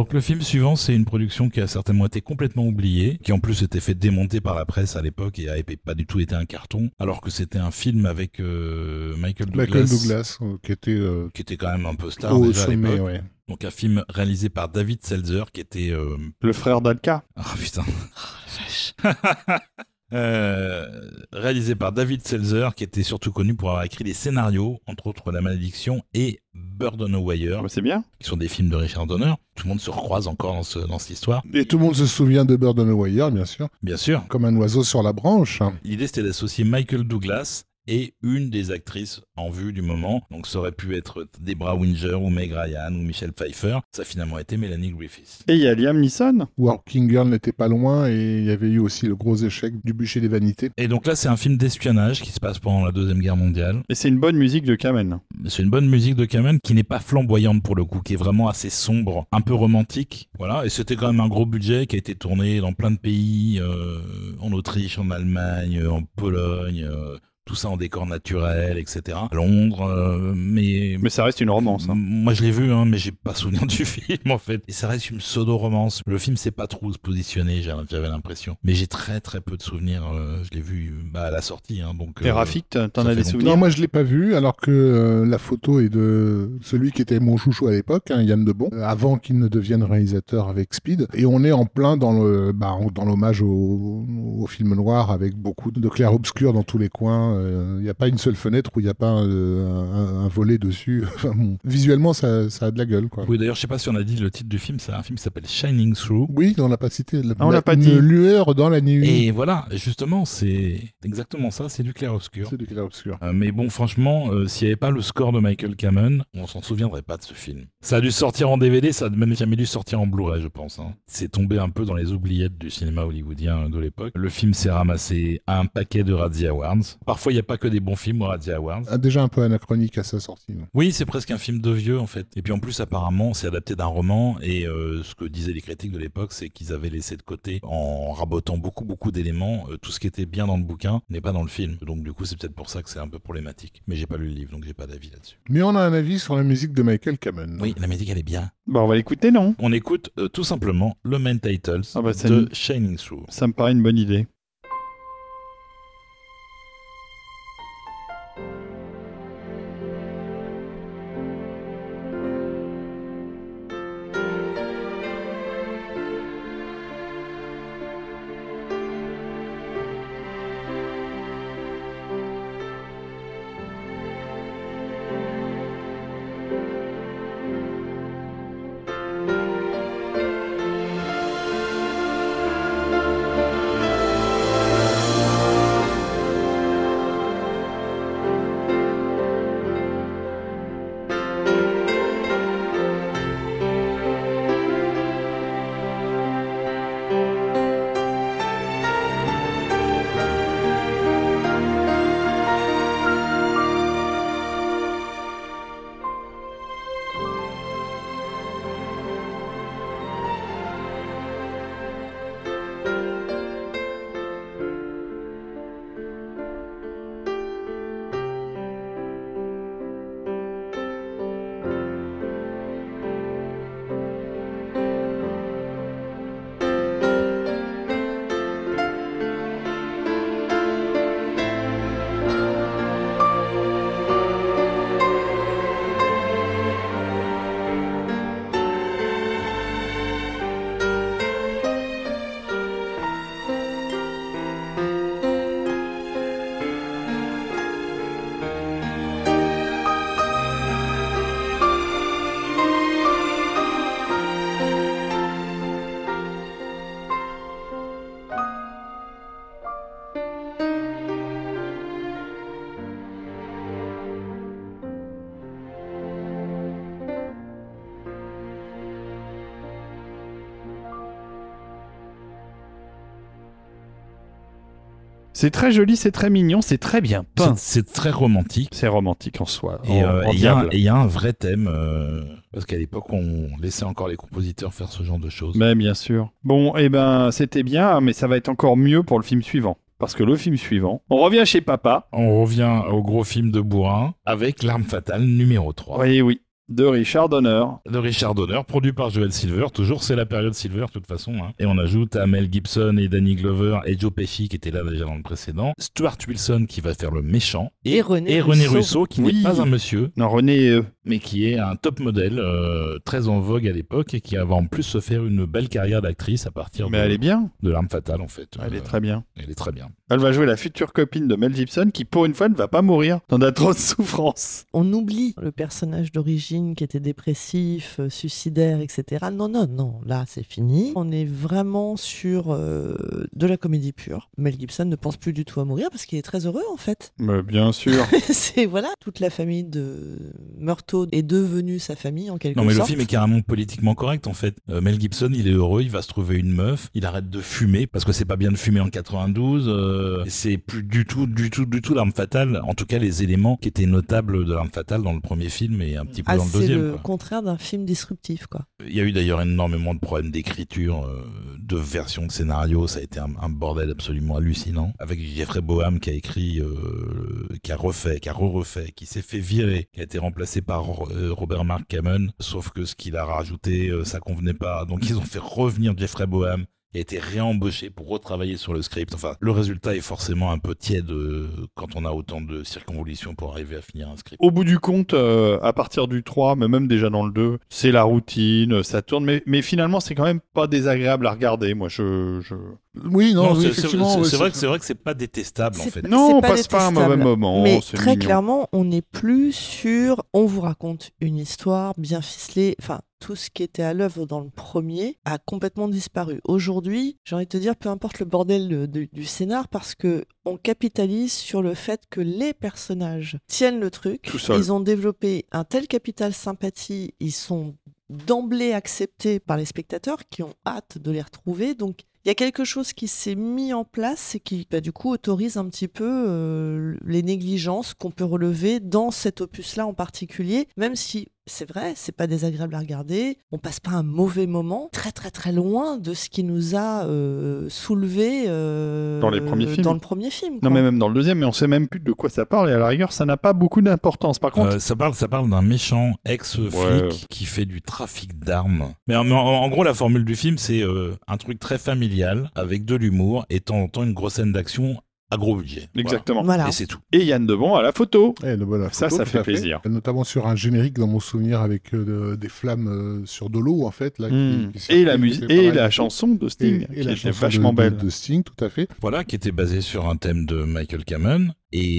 Donc le film suivant, c'est une production qui a certainement été complètement oubliée, qui en plus était fait démonter par la presse à l'époque et n'avait pas du tout été un carton, alors que c'était un film avec euh, Michael Douglas, Michael Douglas, euh, qui était euh, qui était quand même un peu star au déjà à sommet, l'époque. ouais. Donc un film réalisé par David Seltzer, qui était... Euh... Le frère d'Alka. Ah putain. Euh, réalisé par David Seltzer, qui était surtout connu pour avoir écrit des scénarios, entre autres La Malédiction et Bird on a Wire, Ouais, c'est bien. qui sont des films de Richard Donner. Tout le monde se recroise encore dans, ce, dans cette histoire. Et tout le monde se souvient de Bird on a Wire, bien sûr. Bien sûr. Comme un oiseau sur la branche. L'idée, c'était d'associer Michael Douglas et une des actrices en vue du moment. Donc ça aurait pu être Debra Winger ou Meg Ryan ou Michelle Pfeiffer. Ça a finalement été Melanie Griffith. Et il y a Liam Neeson. Working Girl n'était pas loin et il y avait eu aussi le gros échec du Bûcher des Vanités. Et donc là, c'est un film d'espionnage qui se passe pendant la Deuxième Guerre mondiale. Et c'est une bonne musique de Kamen. C'est une bonne musique de Kamen qui n'est pas flamboyante pour le coup, qui est vraiment assez sombre, un peu romantique. Voilà. Et c'était quand même un gros budget qui a été tourné dans plein de pays, euh, en Autriche, en Allemagne, en Pologne... Euh, tout ça en décor naturel, et cetera. À Londres, euh, mais... Mais ça reste une romance. Hein. Moi, je l'ai vu, hein, mais j'ai pas souvenir du film, en fait. Et ça reste une pseudo-romance. Le film sait pas trop se positionner, j'avais l'impression. Mais j'ai très, très peu de souvenirs. Euh, je l'ai vu bah, à la sortie, hein, donc... Et euh, Rafik, t'en ça as fait des longtemps. souvenirs? Non, moi je l'ai pas vu, alors que euh, la photo est de celui qui était mon chouchou à l'époque, hein, Yann Debon, euh, avant qu'il ne devienne réalisateur avec Speed. Et on est en plein dans le, bah, dans l'hommage au, au film noir, avec beaucoup de clair-obscur dans tous les coins. Il n'y a pas une seule fenêtre où il n'y a pas euh, un, un volet dessus. Enfin, bon, visuellement, ça, ça a de la gueule, quoi. Oui, d'ailleurs, je sais pas si on a dit le titre du film. C'est un film qui s'appelle Shining Through. Oui, on l'a pas cité. La, Ah, on l'a pas une dit. lueur dans la nuit. Et voilà, justement, c'est exactement ça. C'est du clair-obscur. C'est du clair-obscur. Euh, mais bon, franchement, euh, s'il n'y avait pas le score de Michael Kamen, on s'en souviendrait pas de ce film. Ça a dû sortir en D V D, ça a même jamais dû sortir en Blu-ray, je pense. Hein. C'est tombé un peu dans les oubliettes du cinéma hollywoodien de l'époque. Le film s'est ramassé un paquet de Razzie Awards. Parfois, il n'y a pas que des bons films aux Razzie Awards. Ah, déjà un peu anachronique à sa sortie. Non. Oui, c'est presque un film de vieux, en fait. Et puis en plus, apparemment, c'est adapté d'un roman. Et euh, ce que disaient les critiques de l'époque, c'est qu'ils avaient laissé de côté, en rabotant beaucoup, beaucoup d'éléments, euh, tout ce qui était bien dans le bouquin n'est pas dans le film. Donc du coup, c'est peut-être pour ça que c'est un peu problématique. Mais j'ai pas lu le livre, donc j'ai pas d'avis là-dessus. Mais on a un avis sur la musique de Michael Kamen. Oui, la musique, elle est bien. Bah, on va l'écouter, non? On écoute euh, tout simplement le main title Ah bah, c'est de une- Shining Through. Ça me paraît une bonne idée. C'est très joli, c'est très mignon, c'est très bien peint. C'est c'est très romantique. C'est romantique en soi. Et en- euh, en et il y a un- diable. et il y a un vrai thème, euh, parce qu'à l'époque, on laissait encore les compositeurs faire ce genre de choses. Mais bien sûr. Bon, eh ben, c'était bien, mais ça va être encore mieux pour le film suivant. Parce que le film suivant, on revient chez papa. On revient au gros film de bourrin avec L'Arme Fatale numéro trois. Oui, oui. De Richard Donner. De Richard Donner, produit par Joel Silver. Toujours, c'est la période Silver, de toute façon. Hein. Et on ajoute à Mel Gibson et Danny Glover et Joe Pesci, qui était là déjà dans le précédent. Stuart Wilson, qui va faire le méchant. Et, et René, et René Russo. Russo, qui oui. n'est pas un monsieur. Non, René euh... mais qui est un top modèle, euh, très en vogue à l'époque, et qui va en plus se faire une belle carrière d'actrice à partir mais de, elle est bien. de L'Arme Fatale, en fait. Elle euh, est très bien. Elle est très bien. Elle va jouer la future copine de Mel Gibson, qui pour une fois ne va pas mourir dans d'atroces souffrances. On oublie le personnage d'origine qui était dépressif, euh, suicidaire, et cetera. Non, non, non, là c'est fini. On est vraiment sur euh, de la comédie pure. Mel Gibson ne pense plus du tout à mourir parce qu'il est très heureux en fait. Mais bien sûr. C'est voilà, toute la famille de Murtaugh est devenue sa famille en quelque sorte. Non mais sorte. le film est carrément politiquement correct en fait. Euh, Mel Gibson, il est heureux, il va se trouver une meuf, il arrête de fumer parce que c'est pas bien de fumer en quatre-vingt-douze. Euh, c'est plus du tout, du tout, du tout L'Arme Fatale. En tout cas, les éléments qui étaient notables de L'Arme Fatale dans le premier film et un petit peu ah, dans le deuxième. C'est le quoi. contraire d'un film disruptif quoi. Il y a eu d'ailleurs énormément de problèmes d'écriture, euh, de version de scénario. Ça a été un, un bordel absolument hallucinant. Avec Jeffrey Boam qui a écrit, euh, qui a refait, qui a re-refait, qui s'est fait virer, qui a été remplacé par euh, Robert Mark Kamen. Sauf que ce qu'il a rajouté, euh, ça convenait pas. Donc ils ont fait revenir Jeffrey Boam, qui a été réembauché pour retravailler sur le script. Enfin, le résultat est forcément un peu tiède euh, quand on a autant de circonvolutions pour arriver à finir un script. Au bout du compte, euh, à partir du trois, mais même déjà dans le deux, c'est la routine, ça tourne, mais, mais finalement, c'est quand même pas désagréable à regarder. Moi, je... je... Oui, non, non oui, c'est, effectivement. c'est, oui, c'est, c'est vrai que, c'est vrai que c'est pas détestable, C'est en fait. pas- Non, on pas passe pas un détestable. mauvais moment. Mais c'est très mignon. clairement, on n'est plus sur on vous raconte une histoire bien ficelée. Enfin, tout ce qui était à l'œuvre dans le premier a complètement disparu. Aujourd'hui, j'ai envie de te dire, peu importe le bordel de- de- du scénar, parce que on capitalise sur le fait que les personnages tiennent le truc. Tout seul. Ils ont développé un tel capital sympathie, ils sont d'emblée acceptés par les spectateurs qui ont hâte de les retrouver. Donc, il y a quelque chose qui s'est mis en place et qui, bah, du coup, autorise un petit peu euh, les négligences qu'on peut relever dans cet opus-là en particulier, même si c'est vrai, c'est pas désagréable à regarder, on passe pas un mauvais moment, très très très loin de ce qui nous a euh, soulevé euh, Dans les premiers films. Dans le premier film. Non, quoi. mais même dans le deuxième, mais on sait même plus de quoi ça parle, et à la rigueur, ça n'a pas beaucoup d'importance. Par contre, Euh, ça parle, ça parle d'un méchant ex-flic Ouais. qui fait du trafic d'armes. Mais en, en- en gros, la formule du film, c'est euh, un truc très familial, avec de l'humour, et de temps en temps une grosse scène d'action à gros budget. exactement. Voilà. Et c'est tout. Et Yann Debon à la photo. Eh, le bon, la Ça, photo, ça tout fait à plaisir. Notamment sur un générique dans mon souvenir avec euh, de- des flammes euh, sur de l'eau, en fait. Là, qui- Mm. qui Et circulent, la qui musique fait pas et mal la de chanson de Et, Sting, et qui la était chanson vachement de, belle. De, de Sting, tout à fait. Voilà, qui était basé sur un thème de Michael Kamen.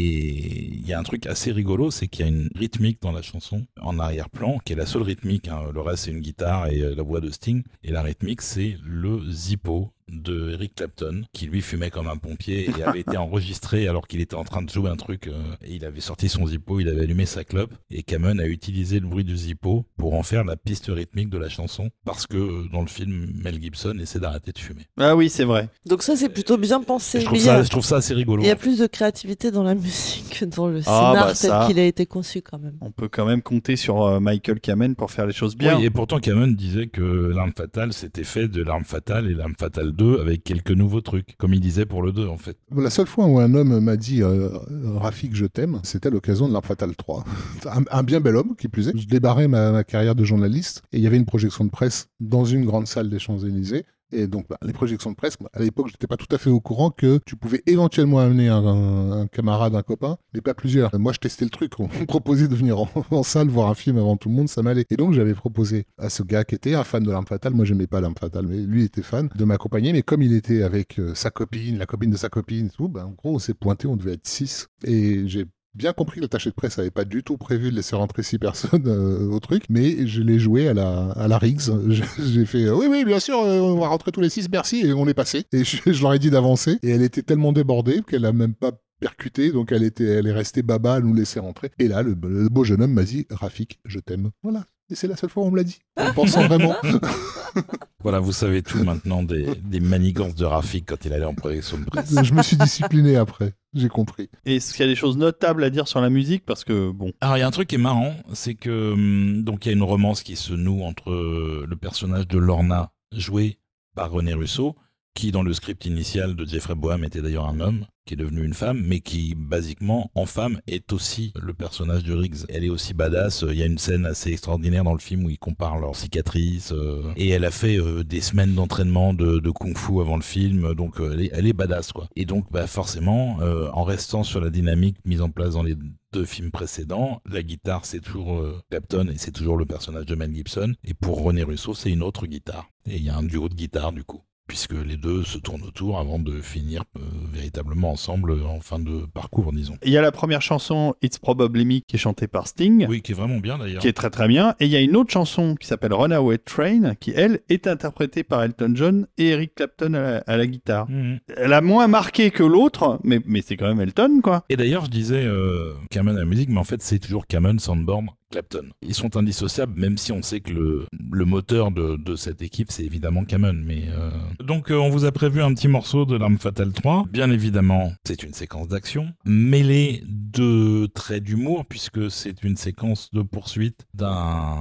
Et il y a un truc assez rigolo, c'est qu'il y a une rythmique dans la chanson, en arrière-plan, qui est la seule rythmique. Hein. Le reste, c'est une guitare et euh, la voix de Sting. Et la rythmique, c'est le Zippo de Eric Clapton, qui lui fumait comme un pompier et avait été enregistré alors qu'il était en train de jouer un truc. Euh, et il avait sorti son Zippo, il avait allumé sa clope. Et Kamen a utilisé le bruit du Zippo pour en faire la piste rythmique de la chanson. Parce que euh, dans le film, Mel Gibson essaie d'arrêter de fumer. Ah oui, c'est vrai. Donc ça, c'est plutôt bien pensé. Et je, trouve Mais il y a- ça, je trouve ça assez rigolo. Il y a plus de créativité dans la musique que dans le Ah, scénar bah, tel ça. qu'il a été conçu quand même. On peut quand même compter sur euh, Michael Kamen pour faire les choses bien. Oui, et pourtant Kamen disait que L'Arme Fatale s'était fait de L'Arme Fatale et L'Arme Fatale deux avec quelques nouveaux trucs, comme il disait pour le deux en fait. La seule fois où un homme m'a dit euh, Rafik, je t'aime, c'était à l'occasion de L'Arme Fatale trois. un, un bien bel homme, qui plus est. Je débarrais ma, ma carrière de journaliste et il y avait une projection de presse dans une grande salle des Champs-Élysées. Et donc, bah, les projections de presse, moi, à l'époque, j'étais pas tout à fait au courant que tu pouvais éventuellement amener un, un, un camarade, un copain, mais pas plusieurs. Moi, je testais le truc. On me proposait de venir en, en salle voir un film avant tout le monde, ça m'allait. Et donc, j'avais proposé à ce gars qui était un fan de L'Arme Fatale, moi, j'aimais pas L'Arme Fatale, mais lui était fan, de m'accompagner. Mais comme il était avec euh, sa copine, la copine de sa copine, et tout, ben, en gros, on s'est pointé, on devait être six. Et j'ai bien compris que l'attaché de presse n'avait pas du tout prévu de laisser rentrer six personnes euh, au truc, mais je l'ai joué à la, à la Riggs. Je- J'ai fait euh, oui, oui, bien sûr, euh, on va rentrer tous les six, merci, et on est passé. Et je, je leur ai dit d'avancer, et elle était tellement débordée qu'elle a même pas percuté, donc elle était, elle est restée baba à nous laisser rentrer. Et là, le, le beau jeune homme m'a dit Rafik, je t'aime. Voilà. Et c'est la seule fois où on me l'a dit. En pensant vraiment. Voilà, vous savez tout maintenant des, des manigances de Rafik quand il allait en projection de presse. Je me suis discipliné après. J'ai compris. Et est-ce qu'il y a des choses notables à dire sur la musique? Parce que, bon, Alors il y a un truc qui est marrant, c'est que hum, donc il y a une romance qui se noue entre euh, le personnage de Lorna joué par René Russo, qui dans le script initial de Jeffrey Boam était d'ailleurs un homme, qui est devenu une femme, mais qui, basiquement, en femme, est aussi le personnage de Riggs. Elle est aussi badass. Il y a une scène assez extraordinaire dans le film où ils comparent leurs cicatrices. Euh, et elle a fait euh, des semaines d'entraînement de, de kung-fu avant le film. Donc, euh, elle, est, elle est badass, quoi. Et donc, bah, forcément, euh, en restant sur la dynamique mise en place dans les deux films précédents, la guitare, c'est toujours euh, Clapton et c'est toujours le personnage de Mel Gibson. Et pour René Russo, c'est une autre guitare. Et il y a un duo de guitare, du coup, puisque les deux se tournent autour avant de finir euh, véritablement ensemble en fin de parcours, disons. Il y a la première chanson, It's Probably Me, qui est chantée par Sting. Oui, qui est vraiment bien d'ailleurs. Qui est très très bien. Et il y a une autre chanson qui s'appelle Runaway Train, qui elle est interprétée par Elton John et Eric Clapton à la, à la guitare. Mmh. Elle a moins marqué que l'autre, mais, mais c'est quand même Elton, quoi. Et d'ailleurs, je disais euh, Cameron à la musique, mais en fait, c'est toujours Cameron, Sandborn, Clapton. Ils sont indissociables, même si on sait que le, le moteur de, de cette équipe, c'est évidemment Cameron. Mais euh... Donc, euh, on vous a prévu un petit morceau de L'Arme Fatale trois. Bien évidemment, c'est une séquence d'action, mêlée de traits d'humour, puisque c'est une séquence de poursuite d'un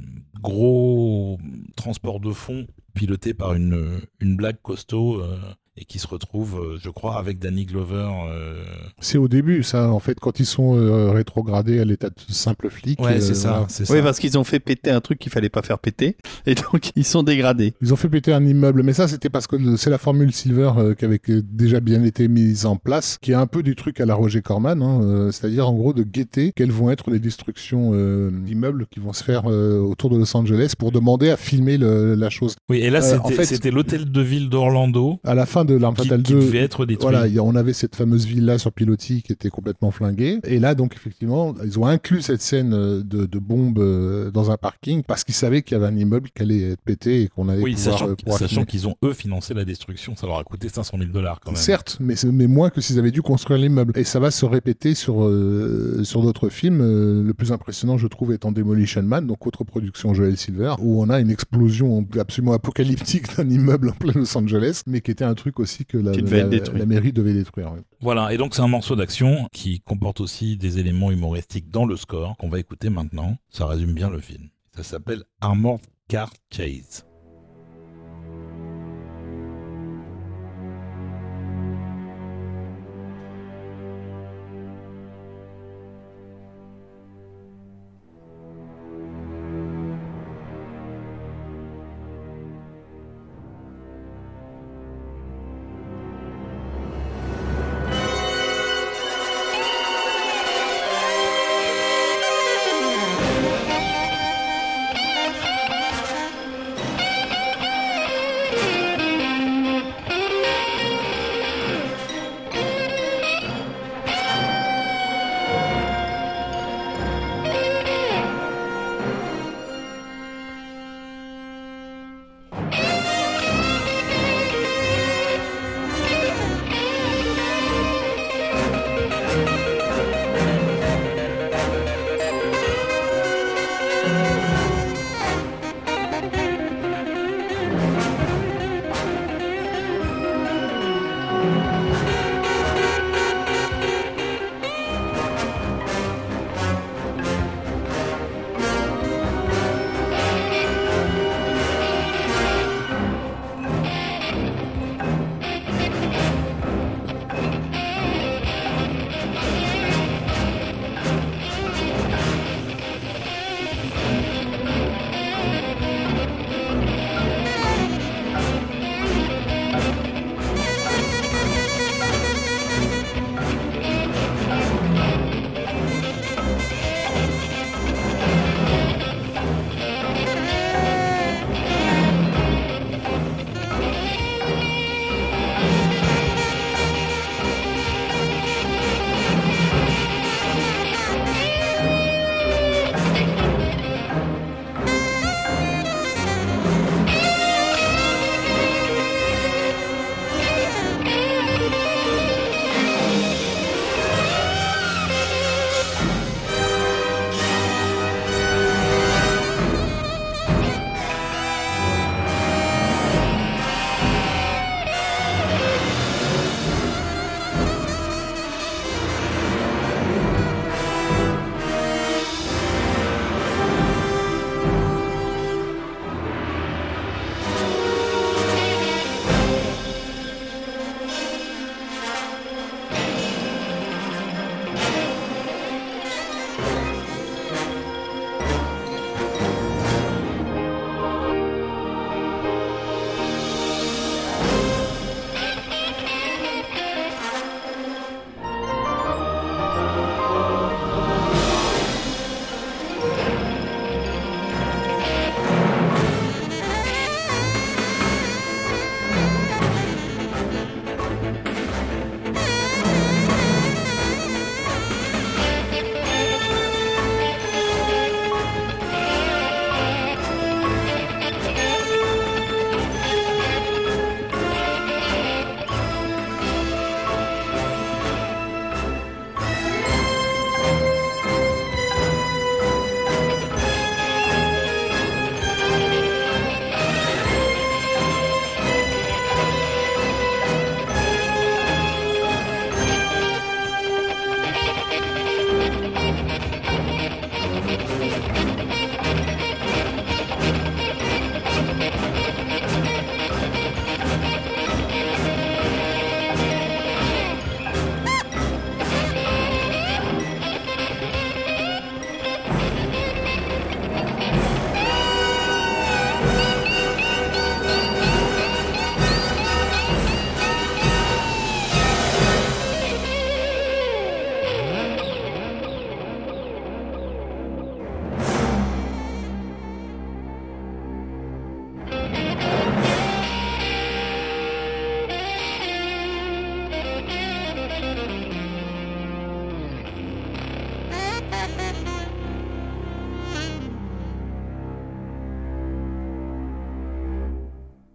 gros transport de fond piloté par une, une blague costaud euh, et qui se retrouve, euh, je crois, avec Danny Glover. Euh... C'est au début, ça, en fait, quand ils sont euh, rétrogradés à l'état de simple flic. Ouais, euh, c'est ça. voilà. C'est Oui, ça. parce qu'ils ont fait péter un truc qu'il fallait pas faire péter, et donc ils sont dégradés. Ils ont fait péter un immeuble, mais ça, c'était parce que c'est la formule Silver euh, qui avait déjà bien été mise en place, qui est un peu du truc à la Roger Corman, hein, euh, c'est-à-dire en gros de guetter quelles vont être les destructions euh, d'immeubles qui vont se faire euh, autour de Los Angeles pour demander à filmer le, la chose. Oui, et là, Euh, c'était, en fait- c'était l'hôtel de ville d'Orlando À la fin de L'Arme qui, Fatale qui deux, devait être détruit. voilà, y a- on avait cette fameuse villa sur pilotis qui était complètement flinguée. Et là, donc, effectivement, ils ont inclus cette scène euh, de, de bombe euh, dans un parking parce qu'ils savaient qu'il y avait un immeuble qui allait être pété et qu'on allait Oui, pouvoir, sachant, euh, pouvoir sachant filmer. qu'ils ont, eux, financé la destruction. Ça leur a coûté cinq cent mille dollars quand même. Certes, mais, c'est- mais moins que s'ils avaient dû construire l'immeuble. Et ça va se répéter sur, euh, sur d'autres films. Euh, le plus impressionnant, je trouve, étant Demolition Man, donc autre production Joel Silver, où on a une explosion absolument apocalyptique d'un immeuble en plein Los Angeles, mais qui était un truc aussi que la, Qui devait la, être détruit. la mairie devait détruire. Ouais. Voilà, et donc c'est un morceau d'action qui comporte aussi des éléments humoristiques dans le score qu'on va écouter maintenant. Ça résume bien le film. Ça s'appelle Armored Car Chase.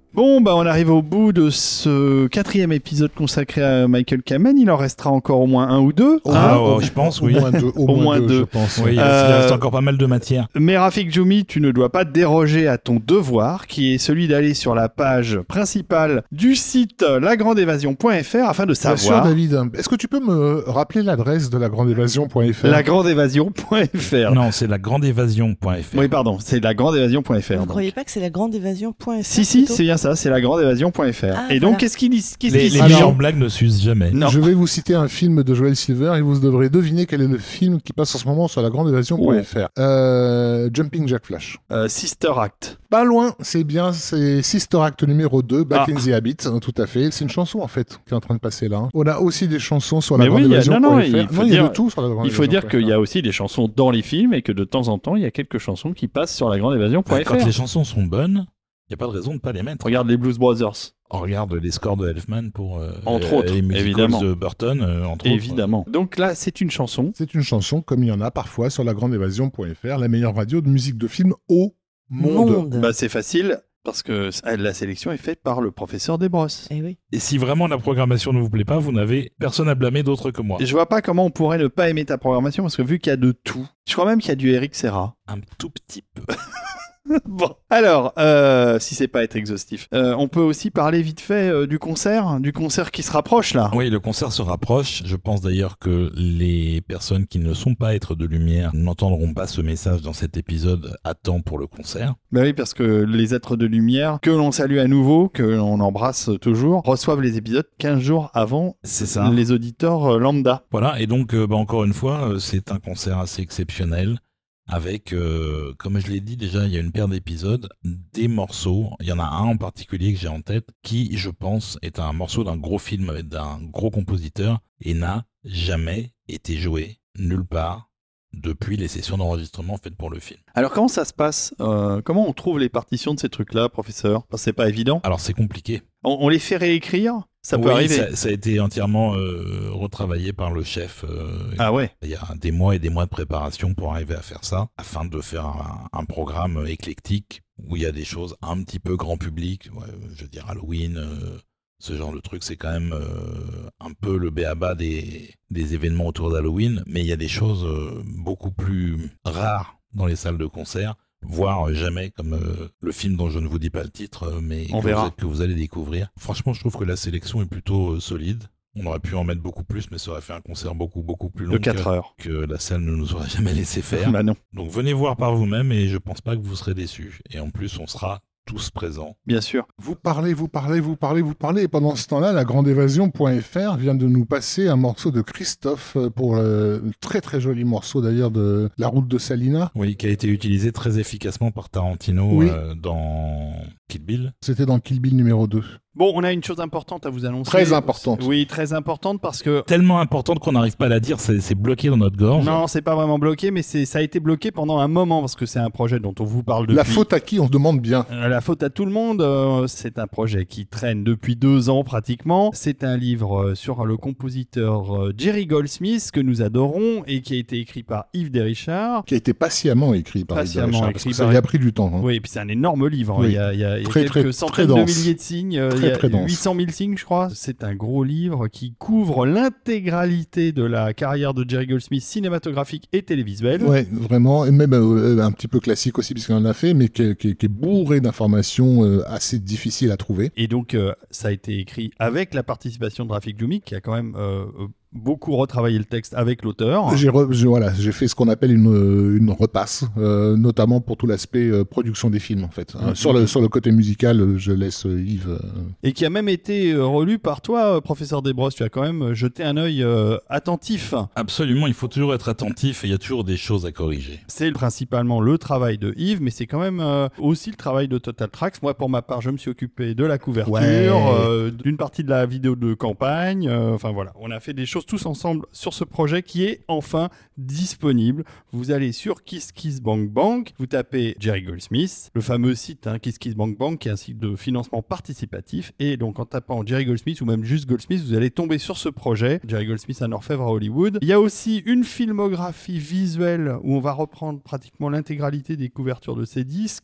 Bon, bah on arrive au bout de ce quatrième épisode consacré à Michael Kamen. Il en restera encore au moins un ou deux. Au Ah, moins- oh, je pense, au oui. moins deux, au Au moins moins deux, deux. je pense. Oui, il Euh, reste encore pas mal de matière. Mais Rafik Djoumi, tu ne dois pas déroger à ton devoir, qui est celui d'aller sur la page principale du site la grande évasion point f r afin de Bien sûr, savoir David. Est-ce que tu peux me rappeler l'adresse de la grande évasion point f r? la grande évasion point f r. Non, c'est la grande évasion point f r. Oui, pardon, c'est la grande évasion point f r. Vous ne donc. croyez pas que c'est la grande évasion point f r? Si, si, c'est bien ça, c'est la grande évasion point f r. Ah, Et donc, voilà. qu'est-ce qu'il dit qu'est-ce Les, qu'il les dit Alors- meilleures blagues ne s'usent jamais. Non. Je vais vous citer un film de Joel Silver et vous devrez deviner quel est le film qui passe en ce moment sur la grande évasion point f r. Euh, Jumping Jack Flash. Euh, Sister Act. Pas loin, c'est bien, c'est Sister Act numéro deux, Back Ah. in the Habit, hein, tout à fait. C'est une chanson en fait qui est en train de passer là. hein. On a aussi des chansons sur la Mais grande oui, il y a- évasion non, non, point f r. il faut Non, il y a dire- de tout sur la grande Il faut évasion dire point qu'il f r. y a aussi des chansons dans les films et que de temps en temps, il y a quelques chansons qui passent sur la grande évasion point f Quand r. les chansons sont bonnes, il n'y a pas de raison de ne pas les mettre. Regarde les Blues Brothers. On regarde les scores de Elfman pour euh, Entre euh, autres, les musicals évidemment. de Burton, euh, entre autres. Évidemment. Donc là, c'est une chanson. C'est une chanson comme il y en a parfois sur la grande évasion point f r, la meilleure radio de musique de film au monde. Monde. Bah, c'est facile parce que la sélection est faite par le professeur Desbrosses. Eh oui. Et si vraiment la programmation ne vous plaît pas, vous n'avez personne à blâmer d'autre que moi. Et je vois pas comment on pourrait ne pas aimer ta programmation parce que vu qu'il y a de tout, je crois même qu'il y a du Eric Serra. Un tout petit peu. Bon, alors, euh, si c'est pas être exhaustif, euh, on peut aussi parler vite fait euh, du concert, du concert qui se rapproche là. Oui, le concert se rapproche. Je pense d'ailleurs que les personnes qui ne sont pas êtres de lumière n'entendront pas ce message dans cet épisode à temps pour le concert. Bah oui, parce que les êtres de lumière, que l'on salue à nouveau, que l'on embrasse toujours, reçoivent les épisodes quinze jours avant C'est ça. les auditeurs euh, lambda. Voilà, et donc, euh, bah, encore une fois, euh, c'est un concert assez exceptionnel. Avec, euh, comme je l'ai dit déjà, il y a une paire d'épisodes, des morceaux. Il y en a un en particulier que j'ai en tête, qui, je pense, est un morceau d'un gros film avec d'un gros compositeur et n'a jamais été joué nulle part depuis les sessions d'enregistrement faites pour le film. Alors comment ça se passe Euh, Comment on trouve les partitions de ces trucs-là, professeur Parce que c'est pas évident. Alors, c'est compliqué. On, on les fait réécrire Ça peut Oui, arriver. Ça, ça a été entièrement euh, retravaillé par le chef. euh, Ah ouais. Il y a des mois et des mois de préparation pour arriver à faire ça, afin de faire un, un programme éclectique où il y a des choses un petit peu grand public. Ouais, je veux dire Halloween, euh, ce genre de truc, c'est quand même euh, un peu le b.a.-ba des, des événements autour d'Halloween, mais il y a des choses euh, beaucoup plus rares dans les salles de concert, voire jamais, comme euh, le film dont je ne vous dis pas le titre, euh, mais On que, verra. Vous, que vous allez découvrir. Franchement, je trouve que la sélection est plutôt euh, solide. On aurait pu en mettre beaucoup plus, mais ça aurait fait un concert beaucoup, beaucoup plus long De quatre heures. que la salle ne nous aurait jamais laissé faire. Bah non, Donc venez voir par vous-même et je pense pas que vous serez déçus. Et en plus, on sera tous présents. bien sûr. Vous parlez, vous parlez, vous parlez, vous parlez. Et pendant ce temps-là, la grande évasion point f r vient de nous passer un morceau de Christophe pour le très très joli morceau d'ailleurs de La route de Salina. Oui, qui a été utilisé très efficacement par Tarantino Oui. euh, dans Kill Bill. C'était dans Kill Bill numéro deux. Bon, on a une chose importante à vous annoncer. Très importante. Oui, très importante parce que... Tellement importante qu'on n'arrive pas à la dire, c'est c'est bloqué dans notre gorge. Non, c'est pas vraiment bloqué, mais c'est ça a été bloqué pendant un moment parce que c'est un projet dont on vous parle depuis... La faute à qui on se demande bien. Euh, La faute à tout le monde, euh, c'est un projet qui traîne depuis deux ans pratiquement. C'est un livre euh, sur le compositeur euh, Jerry Goldsmith que nous adorons et qui a été écrit par Yves Desrichard. Qui a été patiemment écrit par Patiemment Richard, écrit parce que par- ça y a pris du temps. hein. Oui, et puis c'est un énorme livre. hein. Oui. Il y a, il y a- il y a Très, quelques très, centaines très de dense. milliers de signes. euh, Très, il y a très dense. huit cent mille signes, je crois. C'est un gros livre qui couvre l'intégralité de la carrière de Jerry Goldsmith cinématographique et télévisuelle. Ouais, vraiment, et même euh, un petit peu classique aussi, puisqu'on en a fait, mais qui, est- qui est- qui est bourré d'informations euh, assez difficiles à trouver. Et donc, euh, ça a été écrit avec la participation de Rafik Djoumi, qui a quand même euh, euh, beaucoup retravaillé le texte avec l'auteur. J'ai re- j'ai- voilà, j'ai fait ce qu'on appelle une, euh, une repasse, euh, notamment pour tout l'aspect euh, production des films, en fait. Euh, Mhm. sur, le, sur le côté musical, euh, je laisse euh, Yves. euh, Et qui a même été euh, relu par toi, euh, professeur Desbrosses. Tu as quand même euh, jeté un œil euh, attentif. Absolument, il faut toujours être attentif et il y a toujours des choses à corriger. C'est principalement le travail de Yves, mais c'est quand même euh, aussi le travail de Total Tracks. Moi, pour ma part, je me suis occupé de la couverture, Ouais. euh, d'une partie de la vidéo de campagne. euh, Enfin voilà, on a fait des choses tous ensemble sur ce projet qui est enfin disponible. Vous allez sur Kiss Kiss Bank Bank, vous tapez Jerry Goldsmith, le fameux site hein, Kiss Kiss Bank Bank, qui est un site de financement participatif. Et donc en tapant Jerry Goldsmith ou même juste Goldsmith, vous allez tomber sur ce projet, Jerry Goldsmith, un orfèvre à Hollywood. Il y a aussi une filmographie visuelle où on va reprendre pratiquement l'intégralité des couvertures de ces disques,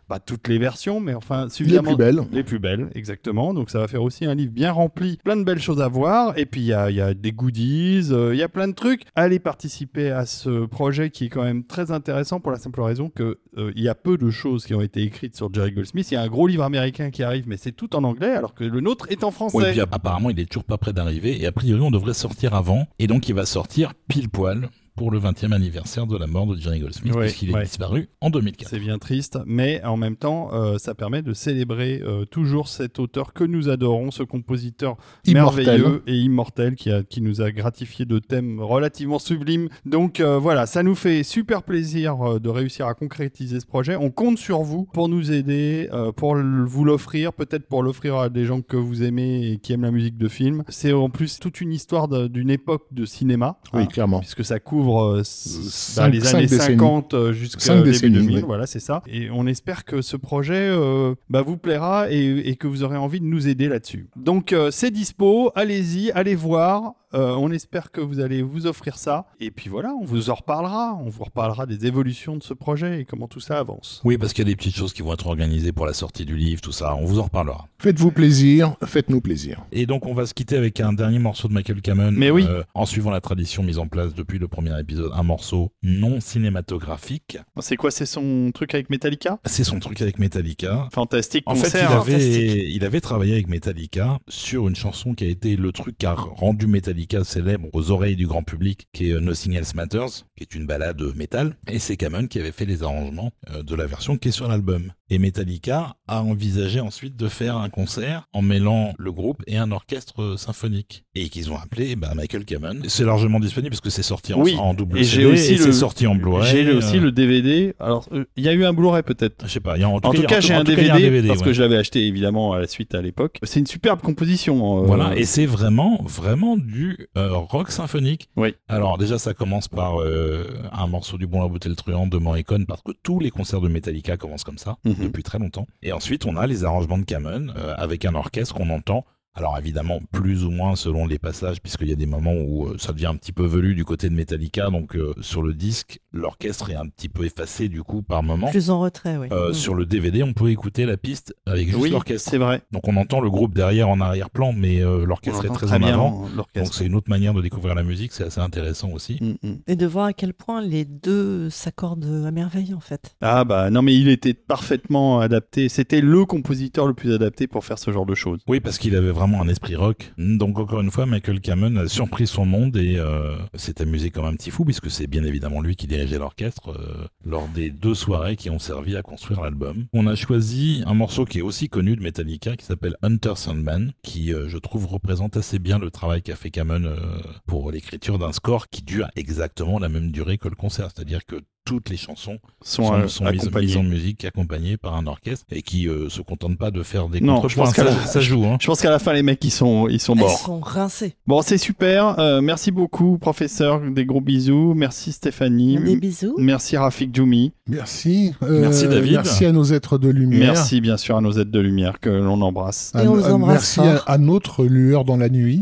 pas toutes les versions, mais enfin Les suffisamment plus belles. les plus belles, exactement. Donc ça va faire aussi un livre bien rempli, plein de belles choses à voir. Et puis il y a, y a des goodies, il euh, y a plein de trucs. Allez participer à ce projet qui est quand même très intéressant pour la simple raison que euh, il y a peu de choses qui ont été écrites sur Jerry Goldsmith. Il y a un gros livre américain qui arrive, mais c'est tout en anglais, alors que le nôtre est en français. Oui, puis apparemment, il est toujours pas prêt d'arriver. Et a priori, on devrait sortir avant. Et donc, il va sortir pile poil pour le vingtième anniversaire de la mort de Jerry Goldsmith, Ouais, puisqu'il est ouais. disparu en deux mille quatre. C'est bien triste, mais en même temps, euh, ça permet de célébrer euh, toujours cet auteur que nous adorons, ce compositeur Immortel. merveilleux et immortel qui, a, qui nous a gratifié de thèmes relativement sublimes. Donc euh, voilà, ça nous fait super plaisir euh, de réussir à concrétiser ce projet. On compte sur vous pour nous aider, euh, pour l- vous l'offrir, peut-être pour l'offrir à des gens que vous aimez et qui aiment la musique de film. C'est en plus toute une histoire de- d'une époque de cinéma. Oui, hein, clairement. puisque ça couvre euh, s- Cinq- dans les cinq années décennies. cinquante euh, jusqu'à Cinq début décennies, deux mille, oui. voilà, c'est ça. Et on espère que ce projet euh, bah, vous plaira et, et que vous aurez envie de nous aider là-dessus. Donc euh, c'est dispo, allez-y, allez voir. Euh, on espère que vous allez vous offrir ça. Et puis voilà, on vous en reparlera. On vous reparlera des évolutions de ce projet et comment tout ça avance. Oui, parce qu'il y a des petites choses qui vont être organisées pour la sortie du livre, tout ça. On vous en reparlera. Faites-vous plaisir, faites-nous plaisir. Et donc, on va se quitter avec un dernier morceau de Michael Kamen. Mais oui. euh, en suivant la tradition mise en place depuis le premier épisode, un morceau non cinématographique. C'est quoi, c'est son truc avec Metallica? C'est son truc avec Metallica. Fantastique En fait, concert. il fantastique. avait, il avait travaillé avec Metallica sur une chanson qui a été le truc qui a rendu Metallica célèbre aux oreilles du grand public, qui est euh, Nothing Else Matters, qui est une balade métal. Et c'est Kamen qui avait fait les arrangements euh, de la version qui est sur l'album. Et Metallica a envisagé ensuite de faire un concert en mêlant le groupe et un orchestre euh, symphonique. Et qu'ils ont appelé bah, Michael Kamen. C'est largement disponible parce que c'est sorti en, Oui, en double et C D j'ai aussi et le- c'est sorti en Blu-ray. J'ai aussi euh, le D V D. Alors, euh, il y a eu un Blu-ray peut-être. Je sais pas. Il y a, en tout En cas, tout cas, en j'ai en un tout cas, D V il y a D, parce ouais. que je l'avais acheté évidemment à la suite à l'époque. C'est une superbe composition. euh, Voilà, et c'est vraiment, vraiment du euh, rock symphonique. Oui. Alors déjà, ça commence par euh, un morceau du Bon, la Beauté, le Truand de Morricone, parce que tous les concerts de Metallica commencent comme ça, Mhm. depuis très longtemps. Et ensuite, on a les arrangements de Kamen, euh, avec un orchestre qu'on entend. Alors évidemment, plus ou moins selon les passages, puisqu'il y a des moments où euh, ça devient un petit peu velu du côté de Metallica, donc euh, sur le disque, l'orchestre est un petit peu effacé du coup par moment. Plus en retrait, oui. Euh, Mm. Sur le D V D, on peut écouter la piste avec juste oui, l'orchestre. c'est vrai. Donc on entend le groupe derrière en arrière-plan, mais euh, On l'orchestre est entend très, très en bien avant. euh, Donc l'orchestre. c'est une autre manière de découvrir la musique, c'est assez intéressant aussi. Mm, mm. Et de voir à quel point les deux s'accordent à merveille, en fait. Ah bah non, mais il était parfaitement adapté. C'était le compositeur le plus adapté pour faire ce genre de choses. Oui, parce qu'il avait vraiment un esprit rock. Donc encore une fois, Michael Kamen a surpris son monde et euh, s'est amusé comme un petit fou, puisque c'est bien évidemment lui qui dirigeait l'orchestre euh, lors des deux soirées qui ont servi à construire l'album. On a choisi un morceau qui est aussi connu de Metallica, qui s'appelle Hunter Sandman, qui euh, je trouve représente assez bien le travail qu'a fait Kamen euh, pour l'écriture d'un score qui dure exactement la même durée que le concert, c'est-à-dire que toutes les chansons Sont, sont, euh, sont mises, accompagnés. mises en musique accompagnées par un orchestre et qui euh, se contente pas de faire des Non, contrepoints. je pense qu'à ça, la- ça joue, hein. Je pense qu'à la fin, les mecs, ils sont, ils sont Elles morts. sont rincées. Bon, c'est super. Euh, merci beaucoup, professeur. Des gros bisous. Merci, Stéphanie. Des bisous. Merci, Rafik Djoumi. Merci. Euh, Merci, David. Merci à nos êtres de lumière. Merci, bien sûr, à nos aides de lumière que l'on embrasse. À- Et on vous à- embrasse merci à, fort. à notre lueur dans la nuit.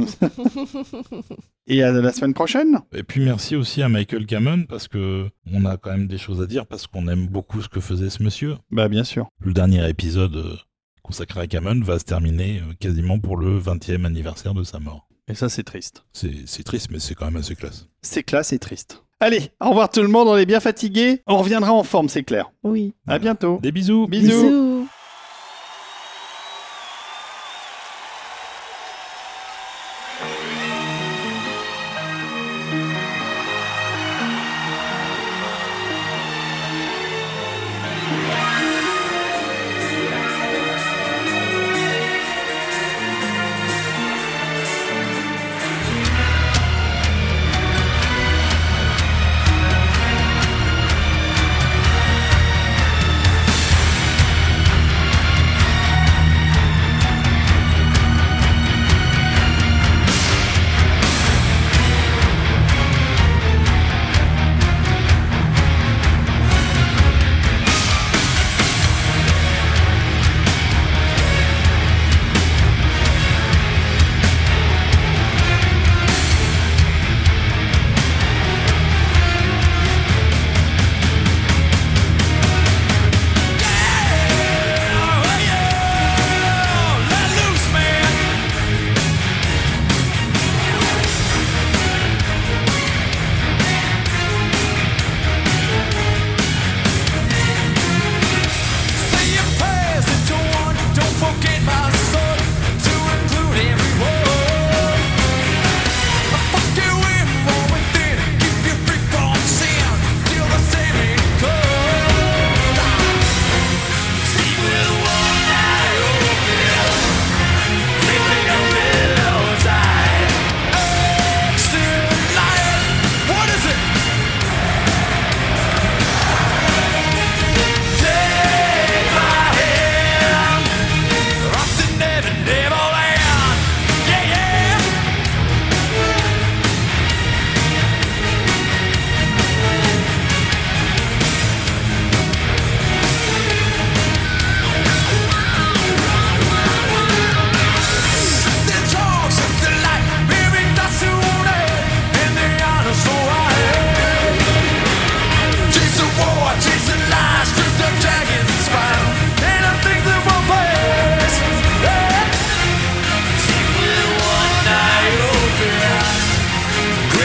Et à la semaine prochaine. Et puis merci aussi à Michael Kamen parce que on a quand même des choses à dire parce qu'on aime beaucoup ce que faisait ce monsieur. Bah, bien sûr. Le dernier épisode euh, consacré à Kamen va se terminer euh, quasiment pour le vingtième anniversaire de sa mort. Et ça, c'est triste. C'est c'est triste, mais c'est quand même assez classe. C'est classe et triste. Allez, au revoir tout le monde. On est bien fatigué. On reviendra en forme, c'est clair. Oui. À bientôt. Des bisous. Bisous. Bisous. I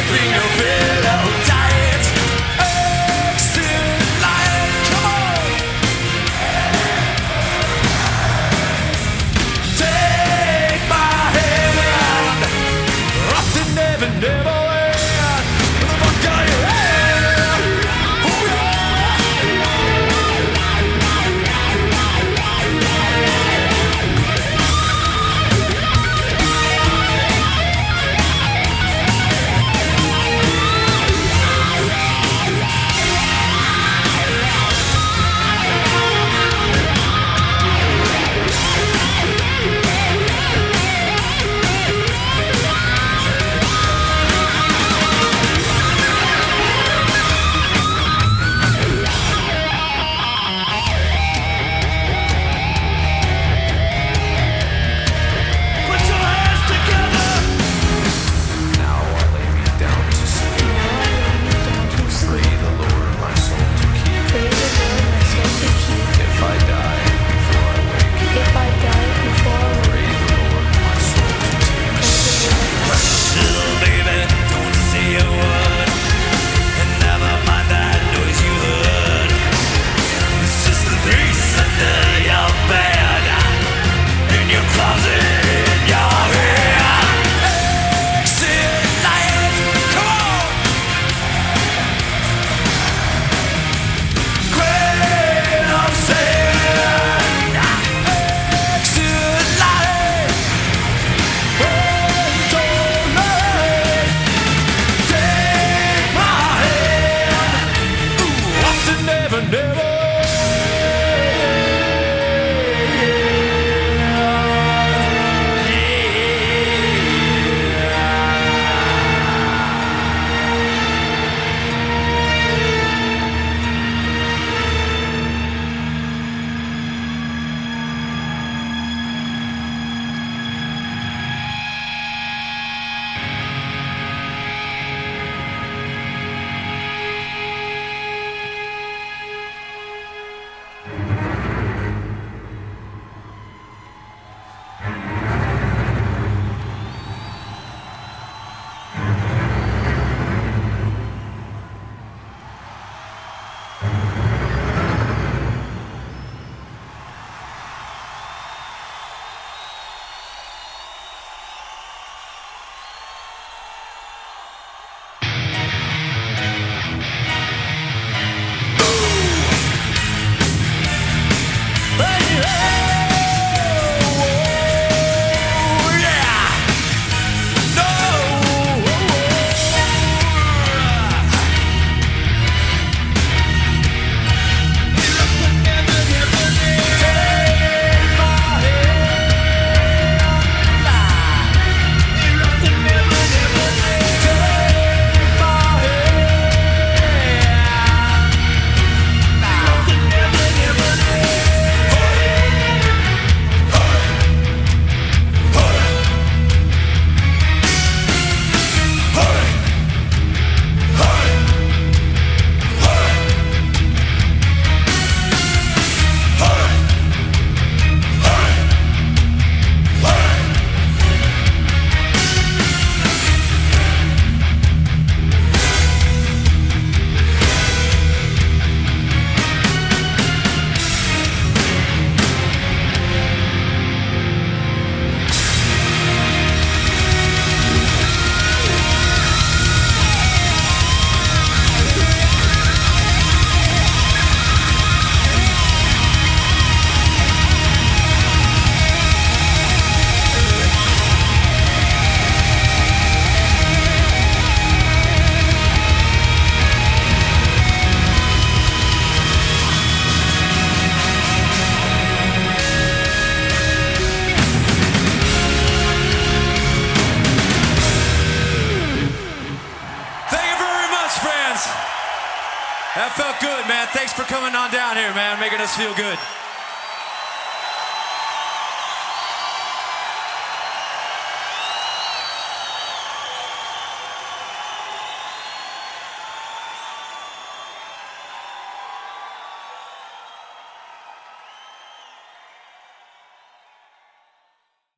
That felt good, man. Thanks for coming on down here, man, making us feel good.